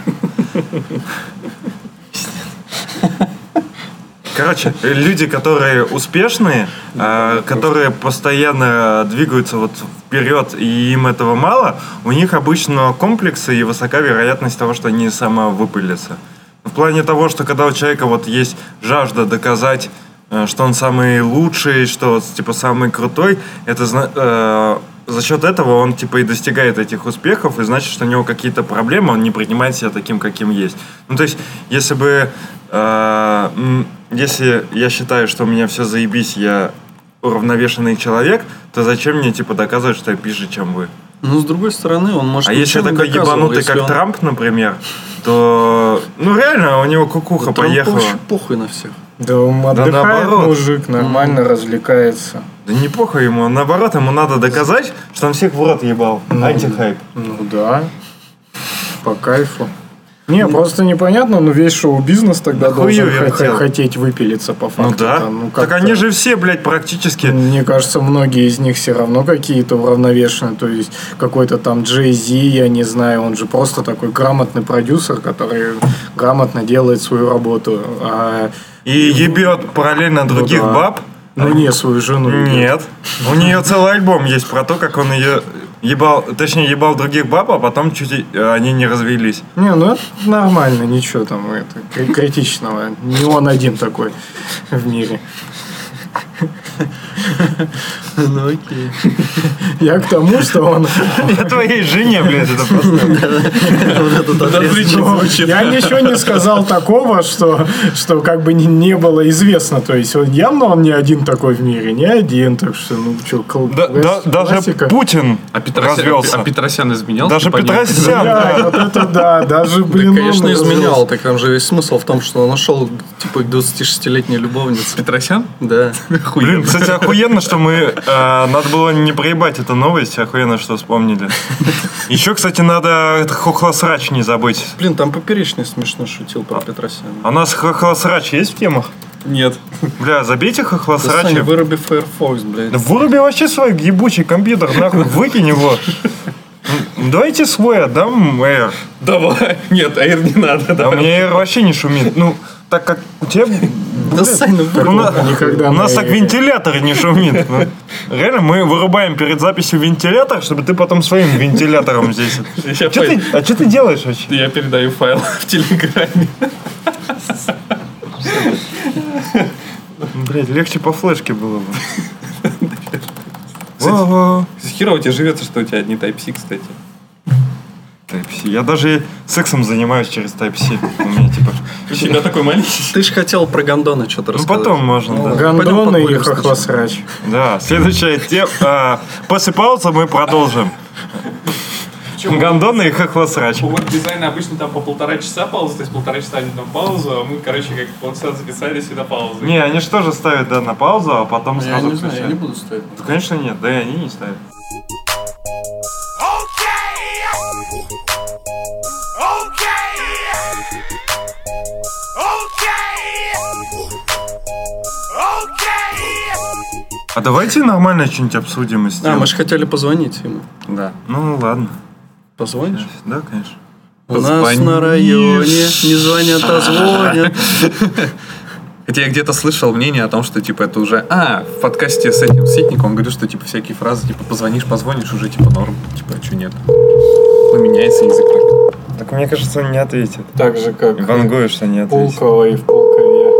Короче, люди, которые успешные, которые постоянно двигаются вот вперед, и им этого мало, у них обычно комплексы и высока вероятность того, что они самовыпылятся. В плане того, что когда у человека вот есть жажда доказать, что он самый лучший, что типа самый крутой, это за счет этого он типа и достигает этих успехов, и значит, что у него какие-то проблемы, он не принимает себя таким, каким есть. Ну, то есть, если бы... Если я считаю, что у меня все заебись, я уравновешенный человек, то зачем мне типа доказывать, что я пизже, чем вы? Ну, с другой стороны, он может... А если я ничем не такой доказывал, ебанутый, если как он- Трамп, например, то... Ну, реально, у него кукуха Трампу поехала. вообще похуй на всех. Да он отдыхает, наоборот. мужик, нормально развлекается. Да не похуй ему, наоборот, ему надо доказать, что он всех в рот ебал. Антихайп. Ну да, по кайфу. Не, просто непонятно, но весь шоу-бизнес тогда Нахуя должен вертел? хотеть выпилиться по факту. Ну да. Так как-то. они же все, блядь, практически... Мне кажется, многие из них все равно какие-то уравновешенные. То есть какой-то там Джей Зи, я не знаю, он же просто такой грамотный продюсер, который грамотно делает свою работу. И ебет параллельно других да. баб. Ну не свою жену. Нет. У нее целый альбом есть про то, как он ее ебал других баб, а потом чуть они не развелись. Не, ну это нормально, ничего там критичного. Не он один такой в мире. Ну окей. Я к тому, что он... Я твоей жене, блядь, это просто... Я ничего не сказал такого, что как бы не было известно. То есть явно он не один такой в мире, не один. Так что, ну что, Даже Путин развелся. А Петросян изменял? Даже Петросян, Да, да. вот это да, даже, блин, Да, конечно, он изменял. Так там же весь смысл в том, что он нашел типа 26-летней любовницы. Петросян? Да. Блин, кстати, охуенно, что мы... надо было не проебать эту новость, охуенно, что вспомнили. Еще, кстати, надо хохлосрач не забыть. Блин, там Поперечный смешно шутил про Петросяна. А у нас хохлосрач есть в темах? Нет. Бля, забейте Да, хохлосрача. Саня, выруби Firefox, блядь. Да выруби вообще свой ебучий компьютер, нахуй, выкинь его. Давайте свой отдам Air. Давай. Нет, Air не надо. Да у меня Air вообще не шумит. Ну, так как у тебя... Да, Саня, У нас так вентилятор не шумит. Ну, реально, мы вырубаем перед записью вентилятор, чтобы ты потом своим вентилятором здесь... А что ты делаешь вообще? Я передаю файл в Телеграме. Блять, легче по флешке было бы. Во-во. Херово тебе живется, что у тебя не Type-C, кстати. Type-C. Я даже сексом занимаюсь через Type-C. У меня типа... У тебя такой маленький. Ты же хотел про гондоны что-то Ну рассказать. потом можно, да. Гондоны и Пойдем хохлосрач. Да, следующая тема. После паузы мы продолжим. Гондоны и хохлосрач. У веб-дизайна обычно там по 1,5 часа пауза, то есть 1,5 часа они там паузу, а мы, короче, как полчаса записались и на паузу. Не, они же тоже ставят, да, на паузу, а потом Я сразу не знаю, я не включают. буду ставить. Ну, конечно, нет, да и они не ставят. А давайте нормально что-нибудь обсудим и сделаем. Мы же хотели позвонить ему. Да. Ну, ладно. Позвонишь? Да, конечно. У нас на районе не звонят, а звонят. Хотя я где-то слышал мнение о том, что, типа, это уже... в подкасте с этим Ситником он говорит, что, типа, всякие фразы, типа, позвонишь, позвонишь, уже, типа, норм. Типа, а что нет? Ну, меняется язык так. Так мне кажется, он не ответит. Так же, как Вангую, что не в ответит. Пулково и в Пулкове.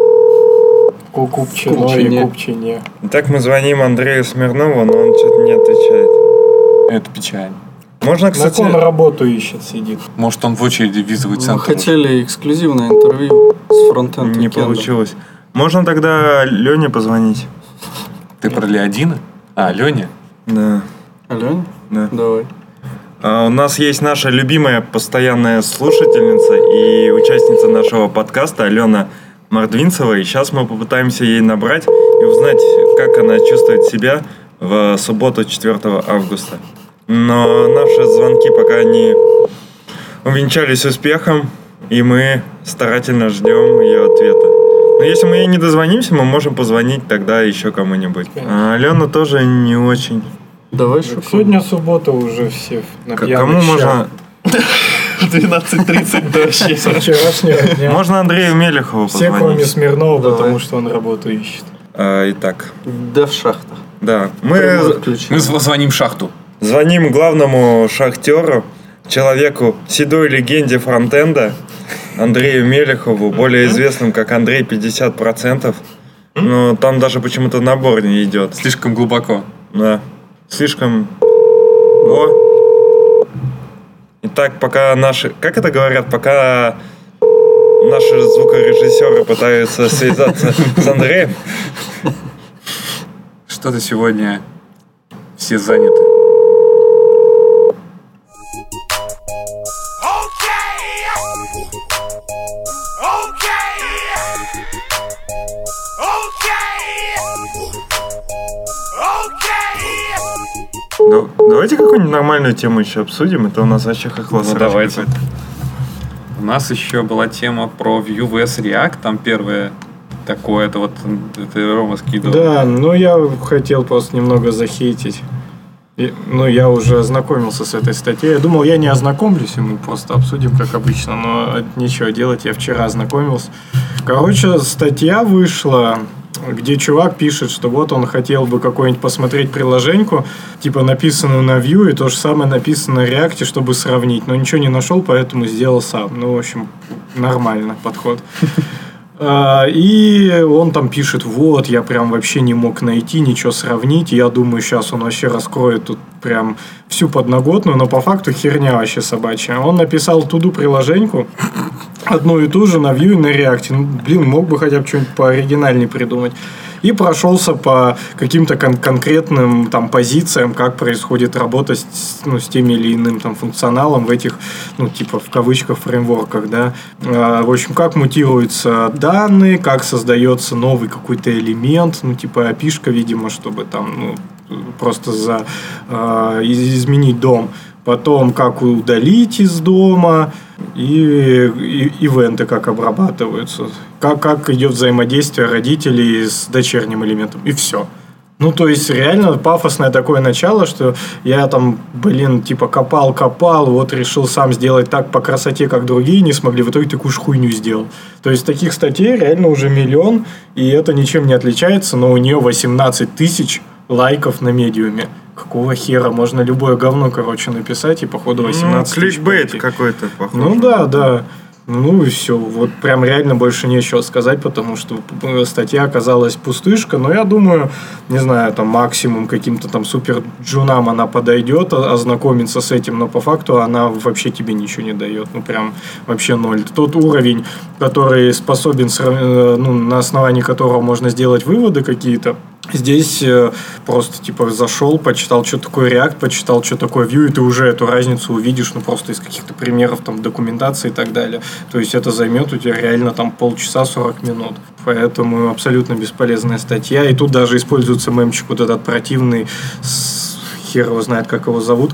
В Купчино и Купчине. Купчине. Итак, мы звоним Андрею Смирнову, но он что-то не отвечает. Это печально. Можно, кстати... Он работу ищет, сидит. Может, он в очереди визовый Мы центр. хотели эксклюзивное интервью с фронтенд Не получилось. Можно тогда Лене позвонить? Ты про Леодина? Леня? Да. Алёня? Да. Давай. У нас есть наша любимая постоянная слушательница и участница нашего подкаста Алена Мордвинцева. И сейчас мы попытаемся ей набрать и узнать, как она чувствует себя в субботу 4 августа. Но наши звонки пока не увенчались успехом, и мы старательно ждем ее ответа. Но если мы ей не дозвонимся, мы можем позвонить тогда еще кому-нибудь. А Алена тоже не очень. Давай, Так Шуку. сегодня суббота уже все на пьяных Кому щах. можно... 12:30 вообще. Со вчерашнего дня. Можно Андрею Мелехову Все, кроме позвонить. Смирнова, Давай. потому что он работу ищет. Итак, Да в шахтах. да. Прямое Мы включение. Мы звоним шахту. звоним главному шахтеру, человеку, седой легенде фронтенда, Андрею Мелехову, более известным как Андрей 50%. Но там даже почему-то набор не идет. Слишком глубоко. Да. Слишком... О! Итак, пока наши... Как это говорят? Пока наши звукорежиссеры пытаются связаться с Андреем. Что-то сегодня все заняты. Давайте какую-нибудь нормальную тему еще обсудим. Это у нас вообще хохлосрач Ну, давайте. какой-то. У нас еще была тема про Vue vs React, там первое такое, это Рома скидывал. Да, я хотел просто немного захейтить. Я уже ознакомился с этой статьей. Я думал, я не ознакомлюсь, и мы просто обсудим, как обычно, но нечего делать, я вчера ознакомился. Короче, статья вышла, где чувак пишет, что вот он хотел бы какое-нибудь посмотреть приложеньку, типа написанную на Vue, и то же самое написано на React, чтобы сравнить. Но ничего не нашел, поэтому сделал сам. В общем, нормально подход. И он там пишет, вот, я прям вообще не мог найти, ничего сравнить. Я думаю, сейчас он вообще раскроет тут прям всю подноготную, но по факту херня вообще собачья. Он написал туду приложеньку, одну и ту же на Vue и на React. Мог бы хотя бы что-нибудь пооригинальнее придумать. И прошелся по каким-то конкретным там позициям, как происходит работа с теми или иным там функционалом в этих, в кавычках, фреймворках, да. В общем, как мутируются данные, как создается новый какой-то элемент, API-шка, видимо, чтобы там, просто изменить дом. Потом, как удалить из дома, и ивенты как обрабатываются, как идет взаимодействие родителей с дочерним элементом, и все. То есть, реально пафосное такое начало, что я там, копал, вот решил сам сделать так по красоте, как другие не смогли, в итоге такую же хуйню сделал. То есть, таких статей реально уже миллион, и это ничем не отличается, но у нее 18 тысяч лайков на медиуме. Какого хера? Можно любое говно, написать, и походу 18 тысяч. Кликбейт какой-то, похоже. Да. И все. Вот прям реально больше нечего сказать, потому что статья оказалась пустышка. Но я думаю, не знаю, там максимум каким-то там супер джунам она подойдет, ознакомиться с этим, но по факту она вообще тебе ничего не дает. Прям вообще ноль. Тот уровень, который способен, на основании которого можно сделать выводы какие-то, здесь просто зашел, почитал, что такое React, почитал, что такое Vue, и ты уже эту разницу увидишь, просто из каких-то примеров там документации и так далее. То есть это займет у тебя реально там полчаса, 40 минут. Поэтому абсолютно бесполезная статья. И тут даже используется мемчик вот этот противный, хер его знает, как его зовут.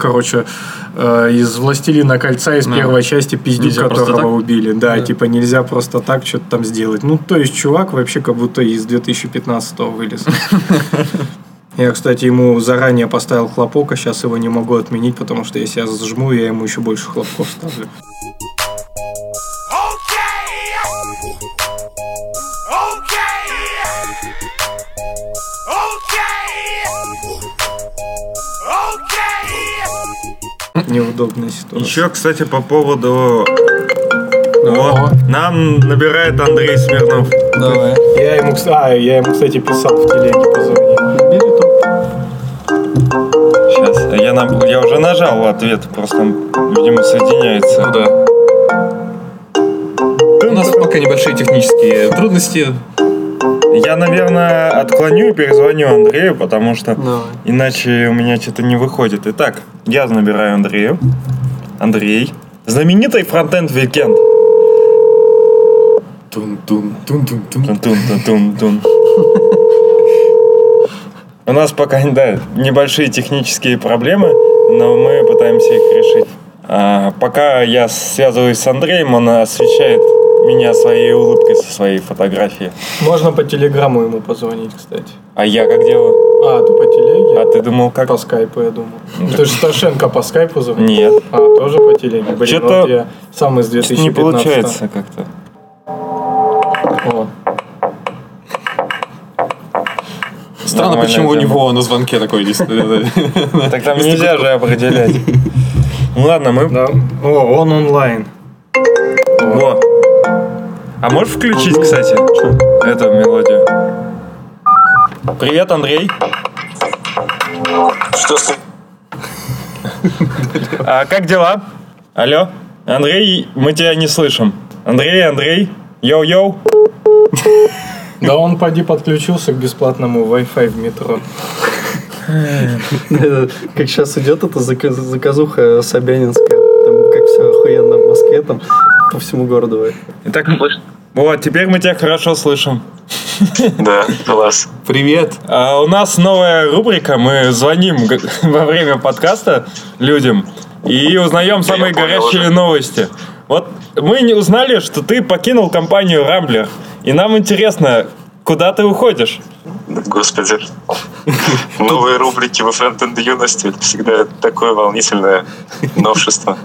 Из «Властелина кольца», из первой части, пиздюк, которого убили. Да, нельзя просто так что-то там сделать. То есть чувак вообще как будто из 2015-го вылез. Я, кстати, ему заранее поставил хлопок, а сейчас его не могу отменить, потому что если я зажму, я ему еще больше хлопков ставлю. Неудобная ситуация. Еще, кстати, по поводу... нам набирает Андрей Смирнов. Давай. Я ему, кстати, писал в телеге, позвони. Бери Сейчас. Я уже нажал ответ, просто, видимо, соединяется. У нас пока небольшие технические трудности. Я, наверное, отклоню и перезвоню Андрею, потому что иначе у меня что-то не выходит. Итак, я набираю Андрею. Андрей. Знаменитый фронтенд Викенд. Тун-тун-тун-тун-тун. У нас пока, небольшие технические проблемы, но мы пытаемся их решить. Пока я связываюсь с Андреем, он освещает меня своей улыбкой со своей фотографией. Можно по телеграмму ему позвонить, кстати. А я как делаю? Ты по телеге? А ты думал как? По скайпу, я думал. Ты же Сташенко по скайпу звонил? Нет. Тоже по телеге? Что-то я сам из 2015. Не получается как-то. Странно, почему у него на звонке такой действует. Так там нельзя же определять. Ладно, мы... Он онлайн. Во. А можешь включить, кстати, эту мелодию? Привет, Андрей. Что с... Как дела? Алло? Андрей, мы тебя не слышим. Андрей, йоу-йоу. Да он, поди, подключился к бесплатному Wi-Fi в метро. Как сейчас идет эта заказуха собянинская. Там как все охуенно в Москве, там по всему городу. Итак, вот, теперь мы тебя хорошо слышим. Да, класс. Привет. У нас новая рубрика. Мы звоним во время подкаста людям и узнаем самые горячие новости. Вот мы не узнали, что ты покинул компанию Рамблер. И нам интересно, куда ты уходишь? Господи. Новые рубрики во фронтенд юности. Это всегда такое волнительное новшество.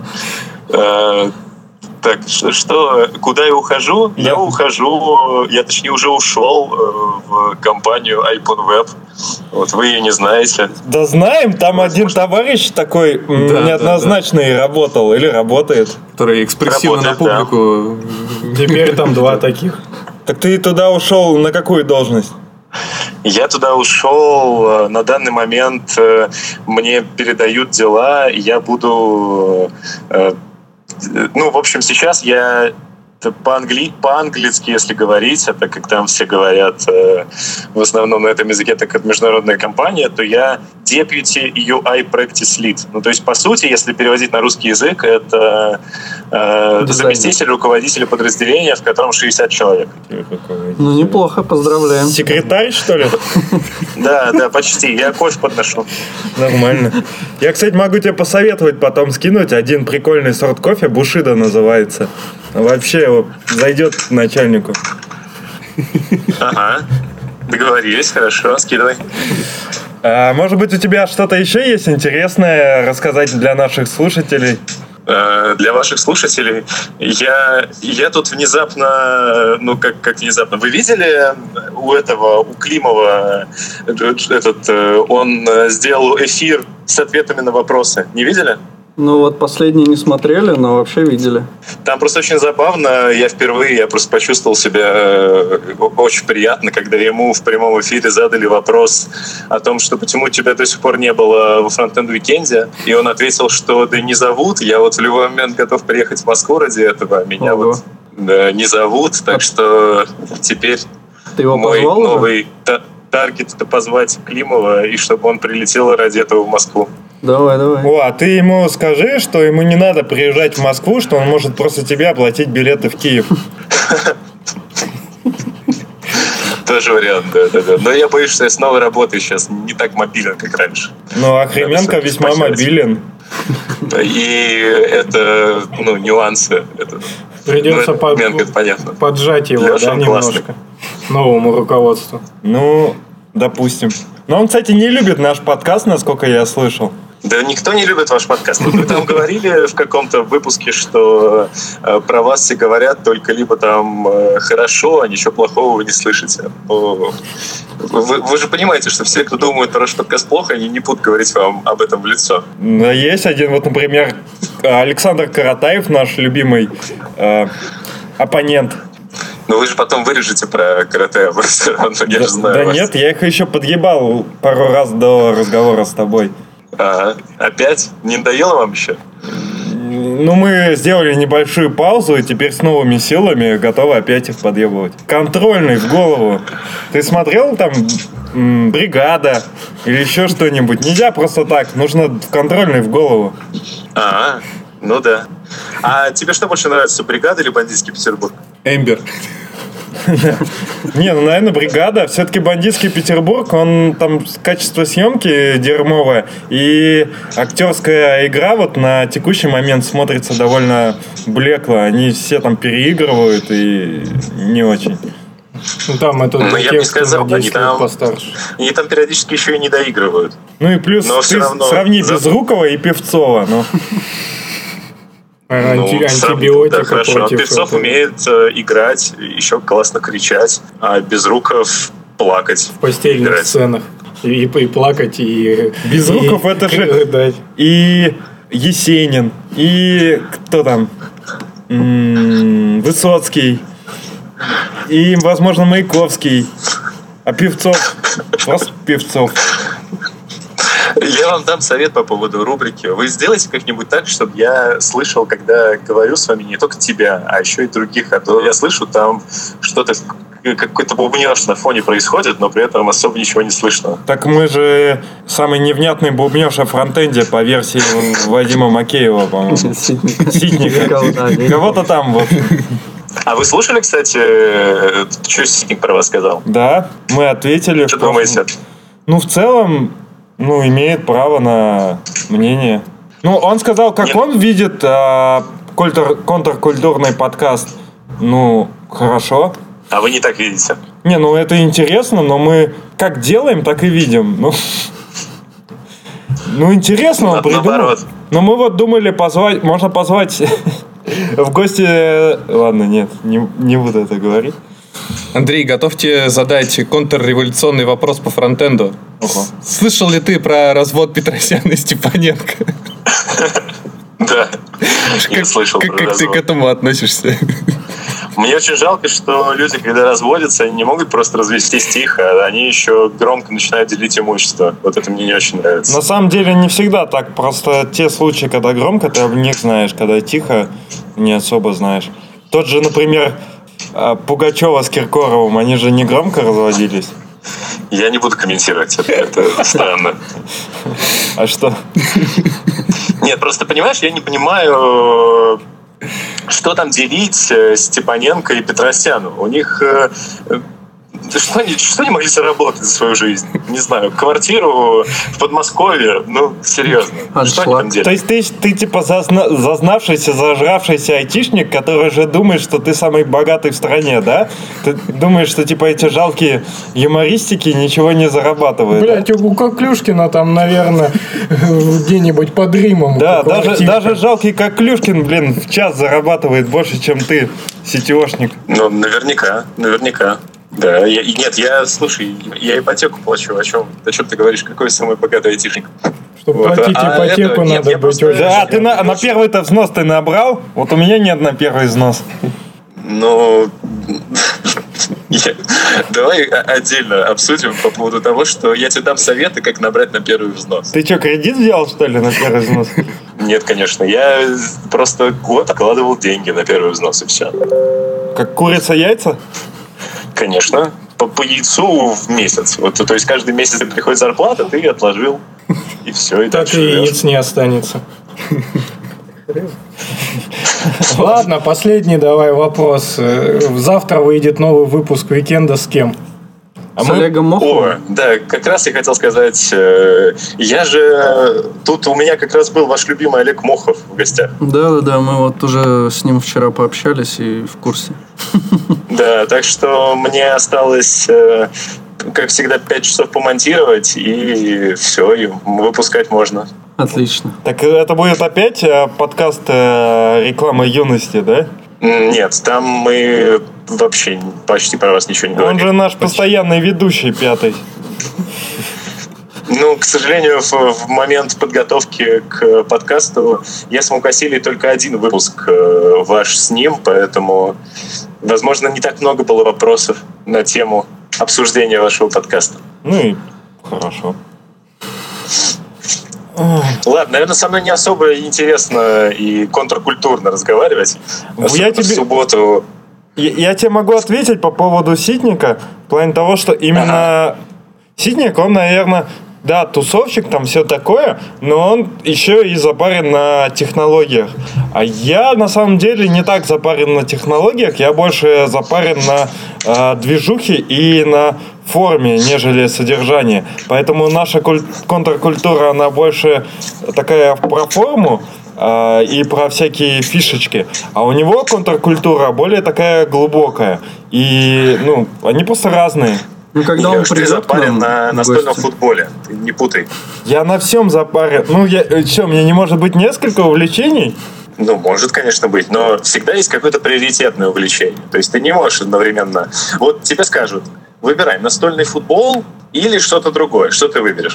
Так, куда я ухожу? Я ухожу, я точнее уже ушел в компанию iPhone Вот вы ее не знаете. Да знаем, там один товарищ такой неоднозначный работал или работает. Который экспрессивно на публику. Теперь там два таких. Так ты туда ушел на какую должность? Я туда ушел, на данный момент мне передают дела, я буду... в общем, сейчас я по-английски, если говорить, это как там все говорят в основном на этом языке, так как международная компания, то я Deputy UI Practice Lead. То есть, по сути, если переводить на русский язык, это заместитель руководителя подразделения, в котором 60 человек. Неплохо, поздравляем. Секретарь, что ли? Да, почти. Я кофе подношу. Нормально. Я, кстати, могу тебе посоветовать потом скинуть один прикольный сорт кофе, Бушида называется. Вообще зайдет начальнику. Ага. Договорились, хорошо, скидывай. Может быть, у тебя что-то еще есть интересное рассказать для наших слушателей? Для ваших слушателей я тут внезапно, как внезапно. Вы видели у Климова он сделал эфир с ответами на вопросы? Не видели? Последний не смотрели, но вообще видели. Там просто очень забавно. Я просто почувствовал себя очень приятно, когда ему в прямом эфире задали вопрос о том, что почему тебя до сих пор не было во фронтенд-уикенде. И он ответил, что да не зовут. Я в любой момент готов приехать в Москву ради этого. Меня не зовут. Так что теперь ты его мой позвал новый таргет — это позвать Климова, и чтобы он прилетел ради этого в Москву. Давай. А ты ему скажи, что ему не надо приезжать в Москву, что он может просто тебе оплатить билеты в Киев. Тоже вариант, да. Но я боюсь, что я снова работаю сейчас не так мобилен, как раньше. Охременко весьма мобилен. И это, нюансы. Придется поджать его, немножко. Новому руководству. Допустим. Но он, кстати, не любит наш подкаст, насколько я слышал. Да никто не любит ваш подкаст. Вы там говорили в каком-то выпуске, что про вас все говорят только либо там хорошо, а ничего плохого вы не слышите. Вы же понимаете, что все, кто думает про ваш подкаст плохо, они не будут говорить вам об этом в лицо. Да, есть один, например, Александр Каратаев, наш любимый оппонент. Вы же потом вырежете про Каратаева, я же знаю. Да нет, я их еще подъебал пару раз до разговора с тобой. Опять? Не надоело вам еще? Мы сделали небольшую паузу, и теперь с новыми силами готовы опять их подъебывать. Контрольный в голову. Ты смотрел там «Бригада» или еще что-нибудь? Нельзя просто так, нужно контрольный в голову. Да. А тебе что больше нравится, «Бригада» или «Бандитский Петербург»? Эмбер. Наверное, «Бригада». Все-таки «Бандитский Петербург», он там качество съемки дерьмовое, и актерская игра на текущий момент смотрится довольно блекло. Они все там переигрывают и не очень. Там это я бы не сказал, они постарше. Они там периодически еще и не доигрывают. И плюс ты сравни Безрукова и Певцова. Антибиотика хорошо. против Певцов умеет играть, еще классно кричать, а Безруков плакать. В постельных сценах. И плакать, и... Безруков это же и Есенин, и кто там? Высоцкий, и, возможно, Маяковский. А Певцов? Просто Певцов. Я вам дам совет по поводу рубрики. Вы сделайте как-нибудь так, чтобы я слышал, когда говорю с вами, не только тебя, а еще и других. А то я слышу там что-то, какой-то бубнёж на фоне происходит, но при этом особо ничего не слышно. Так мы же самый невнятный бубнёж о фронтенде по версии Вадима Макеева, по-моему. Ситника. Кого-то там вот. А вы слушали, кстати, что Ситник про вас сказал? Да, мы ответили. Что думаете? В целом, имеет право на мнение. Он сказал, как он видит контркультурный подкаст, ну, хорошо. А вы не так видите? Не, ну это интересно, но мы как делаем, так и видим. Ну интересно он придумал. Наоборот. Но мы вот думали можно позвать в гости... Ладно, нет, не буду это говорить. Андрей, готовьте задать контрреволюционный вопрос по фронтенду. Слышал ли ты про развод Петросяна и Степаненко? Да, я слышал про Как ты развод. к этому относишься? Мне очень жалко, что люди, когда разводятся, они не могут просто развестись тихо, они еще громко начинают делить имущество. Вот это мне не очень нравится. На самом деле не всегда так. Просто те случаи, когда громко, ты об них знаешь, когда тихо, не особо знаешь. Тот же, например, Пугачева с Киркоровым, они же не громко разводились. Я не буду комментировать это странно. А что? Нет, просто, понимаешь, я не понимаю, что там делить Степаненко и Петросяну. У них... Что они могли заработать за свою жизнь? Не знаю, квартиру в Подмосковье? Ну, серьезно. Что они там делят? То есть ты типа зазнавшийся, зажравшийся айтишник, который же думает, что ты самый богатый в стране, да? Ты думаешь, что типа эти жалкие юмористики ничего не зарабатывают. Блять, у Коклюшкина там, наверное, где-нибудь под Римом. Да, даже жалкий Коклюшкин, блин, в час зарабатывает больше, чем ты, сетеошник. Ну, наверняка. Да, слушай, я ипотеку плачу. О чем ты говоришь? Какой самый богатый айтишник? Чтобы платить ипотеку, надо быть очень... Да, ты на первый-то взнос ты набрал? Вот у меня нет на первый взнос. Ну, давай отдельно обсудим по поводу того, что я тебе дам советы, как набрать на первый взнос. Ты что, кредит взял, что ли, на первый взнос? Нет, конечно, я просто год откладывал деньги на первый взнос, и все. Как курица яйца? Конечно. По яйцу в месяц. Вот, то есть каждый месяц приходит зарплата, ты отложил. И все, и Так и дальше живешь. яиц не останется. Ладно, последний давай вопрос. Завтра выйдет новый выпуск «Уикенда» с кем? С Олегом Моховым? О, да, как раз я хотел сказать, я же... Тут у меня как раз был ваш любимый Олег Мохов в гостях. Да, мы вот уже с ним вчера пообщались и в курсе. Да, так что мне осталось, как всегда, 5 часов помонтировать, и все, и выпускать можно. Отлично. Так это будет опять подкаст рекламы юности, да? Нет, там мы вообще почти про вас ничего не Он говорим. же наш постоянный ведущий, пятый. Ну, к сожалению, в момент подготовки к подкасту я смог осилить только один выпуск ваш с ним, поэтому, возможно, не так много было вопросов на тему обсуждения вашего подкаста. Ну и хорошо. Ладно, наверное, со мной не особо интересно и контркультурно разговаривать. Я тебе... В субботу... Я тебе могу ответить по поводу Ситника, в плане того, что именно Ситник, он, наверное, да, тусовщик, там все такое, но он еще и запарен на технологиях. А я, на самом деле, не так запарен на технологиях, я больше запарен на движухе и на форме, нежели содержание. Поэтому наша контркультура, она больше такая про форму, и про всякие фишечки. А у него контркультура более такая глубокая. И, ну, они просто разные. Ну, когда он Ты придет к запарен нам на в настольном гости. футболе. Ты не путай. Я на всем запарен. Ну, что, мне не может быть несколько увлечений? Ну, может, конечно, быть, но всегда есть какое-то приоритетное увлечение. То есть ты не можешь одновременно... Вот тебе скажут, выбирай настольный футбол или что-то другое. Что ты выберешь?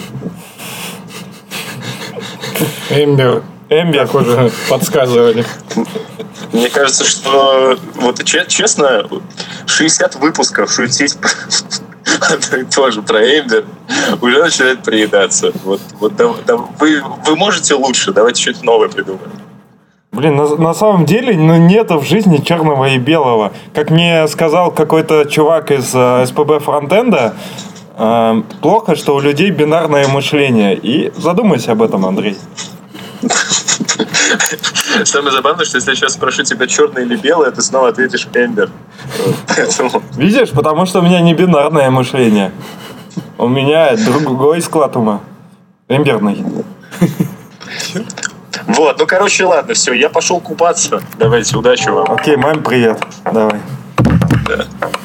Эмбер, как уже подсказывали. Мне кажется, что вот честно, 60 выпусков шутить одно и то же про Эмбер уже начинает приедаться. Вот вы можете лучше, давайте что-то новое придумаем. Блин, на самом деле, ну, нет в жизни черного и белого. Как мне сказал какой-то чувак из СПБ Фронтенда, плохо, что у людей бинарное мышление. И задумайся об этом, Андрей. Самое забавное, что если я сейчас спрошу тебя, черное или белое, ты снова ответишь Эмбер. Поэтому... Видишь, потому что у меня не бинарное мышление. У меня другой склад ума. Эмберный. Вот, ну, короче, ладно, все, я пошел купаться. Давайте, удачи вам. Окей, маме привет. Давай. Да.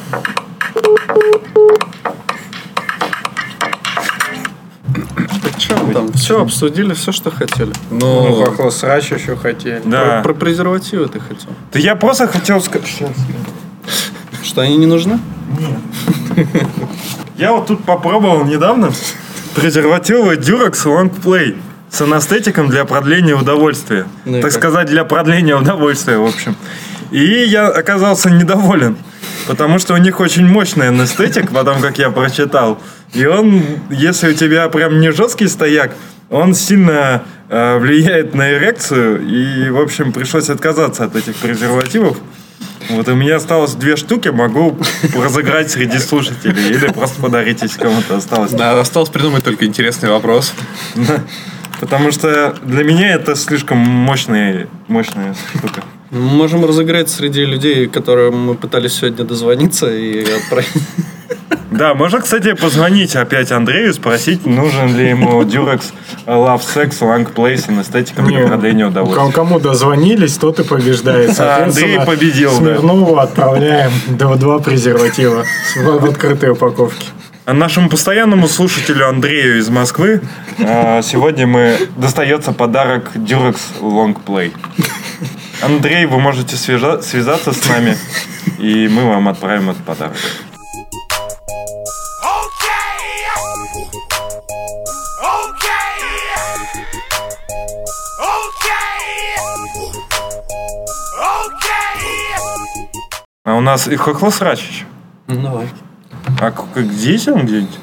Что там? Все обсудили, все, что хотели. Ну, хохлосрач еще хотели. Да. Про презервативы ты хотел. Да я просто хотел сказать... Что, они не нужны? Я вот тут попробовал недавно презервативы Durex Long Play с анестетиком для продления удовольствия. Ну и Так как? сказать, для продления удовольствия, в общем. И я оказался недоволен, потому что у них очень мощный анестетик, потом как я прочитал. И он, если у тебя прям не жесткий стояк, он сильно влияет на эрекцию. И, в общем, пришлось отказаться от этих презервативов. Вот у меня осталось 2 штуки, могу разыграть среди слушателей или просто подарить, если кому-то осталось. Да, осталось придумать только интересный вопрос. Потому что для меня это слишком мощная штука. Мы можем разыграть среди людей, которым мы пытались сегодня дозвониться и отправить. Да, можно, кстати, позвонить опять Андрею, спросить, нужен ли ему Durex Love Sex Long Play с анестетиком для продления удовольствия. Кому дозвонились, тот и побеждает. Андрей победил, да. Смирнову отправляем 2 презерватива в открытой упаковке. А нашему постоянному слушателю Андрею из Москвы сегодня достается подарок Durex Long Play. Андрей, вы можете связаться с нами, и мы вам отправим этот подарок. А у нас и хохлосрач еще. Ну, давай. А здесь он где-нибудь?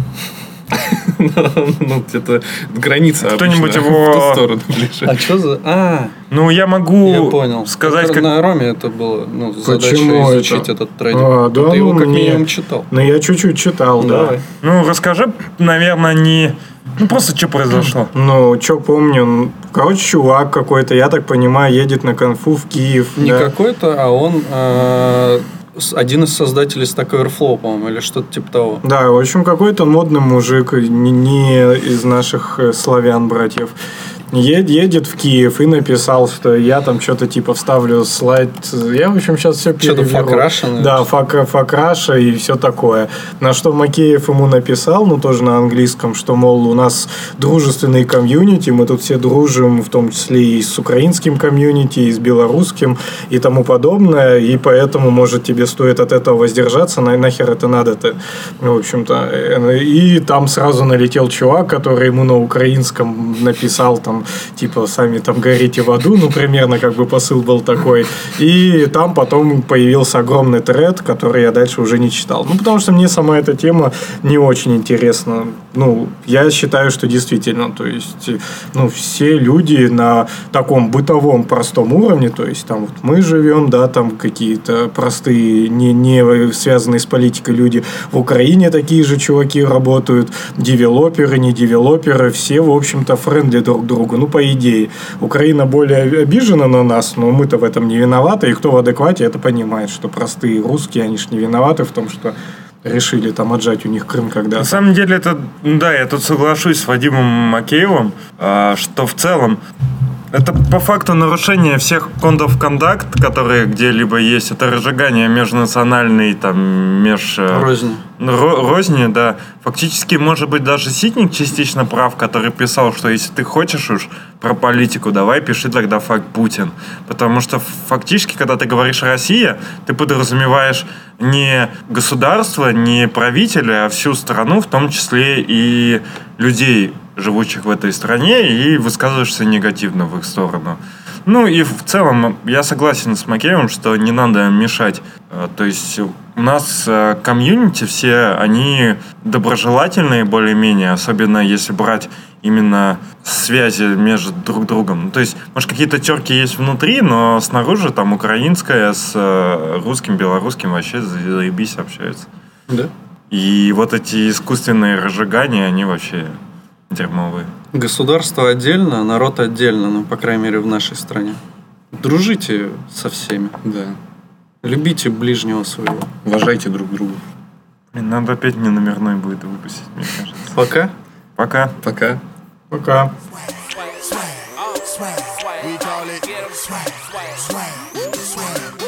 Ну, где-то граница Кто-нибудь обычно его- в ту сторону ближе. А что за... Ну, я могу Я понял. сказать, Это как... на Роме это было, задача Почему изучить это? этот трейдинг. А, да, Ты его ну, как мне- минимум читал. Ну, я чуть-чуть читал, да. Давай. Ну, расскажи, наверное, не... Ну, просто что произошло. Ну, что помню, короче, чувак какой-то, я так понимаю, едет на конфу в Киев. Не да. какой-то, а он один из создателей Stack Overflow, по-моему, или что-то типа того. Да, в общем, какой-то модный мужик, не из наших славян братьев, едет в Киев и написал, что я там что-то типа вставлю слайд. Я, в общем, сейчас все Что-то переверну. fuck Russia, наверное. Да, fuck Russia и все такое. На что Макеев ему написал, ну тоже на английском, что, мол, у нас дружественный комьюнити, мы тут все дружим, в том числе и с украинским комьюнити, и с белорусским, и тому подобное, и поэтому, может, тебе стоит от этого воздержаться, нахер это надо-то, в общем-то. И там сразу налетел чувак, который ему на украинском написал там, типа, сами там горите в аду, ну, примерно как бы посыл был такой. И там потом появился огромный тред, который я дальше уже не читал. Ну, потому что мне сама эта тема не очень интересна. Ну, я считаю, что действительно, то есть, ну, все люди на таком бытовом простом уровне, то есть, там вот мы живем, да, там какие-то простые, не связанные с политикой люди в Украине такие же чуваки работают, девелоперы, не девелоперы, все, в общем-то, френдли друг к другу. Ну, по идее. Украина более обижена на нас, но мы-то в этом не виноваты, и кто в адеквате это понимает, что простые русские, они ж не виноваты в том, что решили там отжать у них Крым когда-то. На самом деле, это, да, я тут соглашусь с Вадимом Макеевым, что в целом это по факту нарушение всех кодов кондакт, которые где-либо есть. Это разжигание межнациональной, там, розни, да. Фактически, может быть, даже Ситник частично прав, который писал, что если ты хочешь уж про политику, давай пиши тогда факт Путин. Потому что фактически, когда ты говоришь «Россия», ты подразумеваешь не государство, не правителя, а всю страну, в том числе и людей, живущих в этой стране, и высказываешься негативно в их сторону. Ну и в целом я согласен с Макеевым, что не надо мешать. То есть у нас комьюнити все, они доброжелательные более-менее, особенно если брать именно связи между друг другом. То есть, может, какие-то терки есть внутри, но снаружи там украинская с русским, белорусским вообще заебись общаются. Да. И вот эти искусственные разжигания, они вообще дерьмовые. Государство отдельно, народ отдельно, ну, по крайней мере, в нашей стране. Дружите со всеми. Да. Любите ближнего своего. Уважайте друг друга. Блин, надо опять мне номерной будет выпустить, мне кажется. Пока. Пока. Пока. Пока. Swag, We call it swag, swag, swag.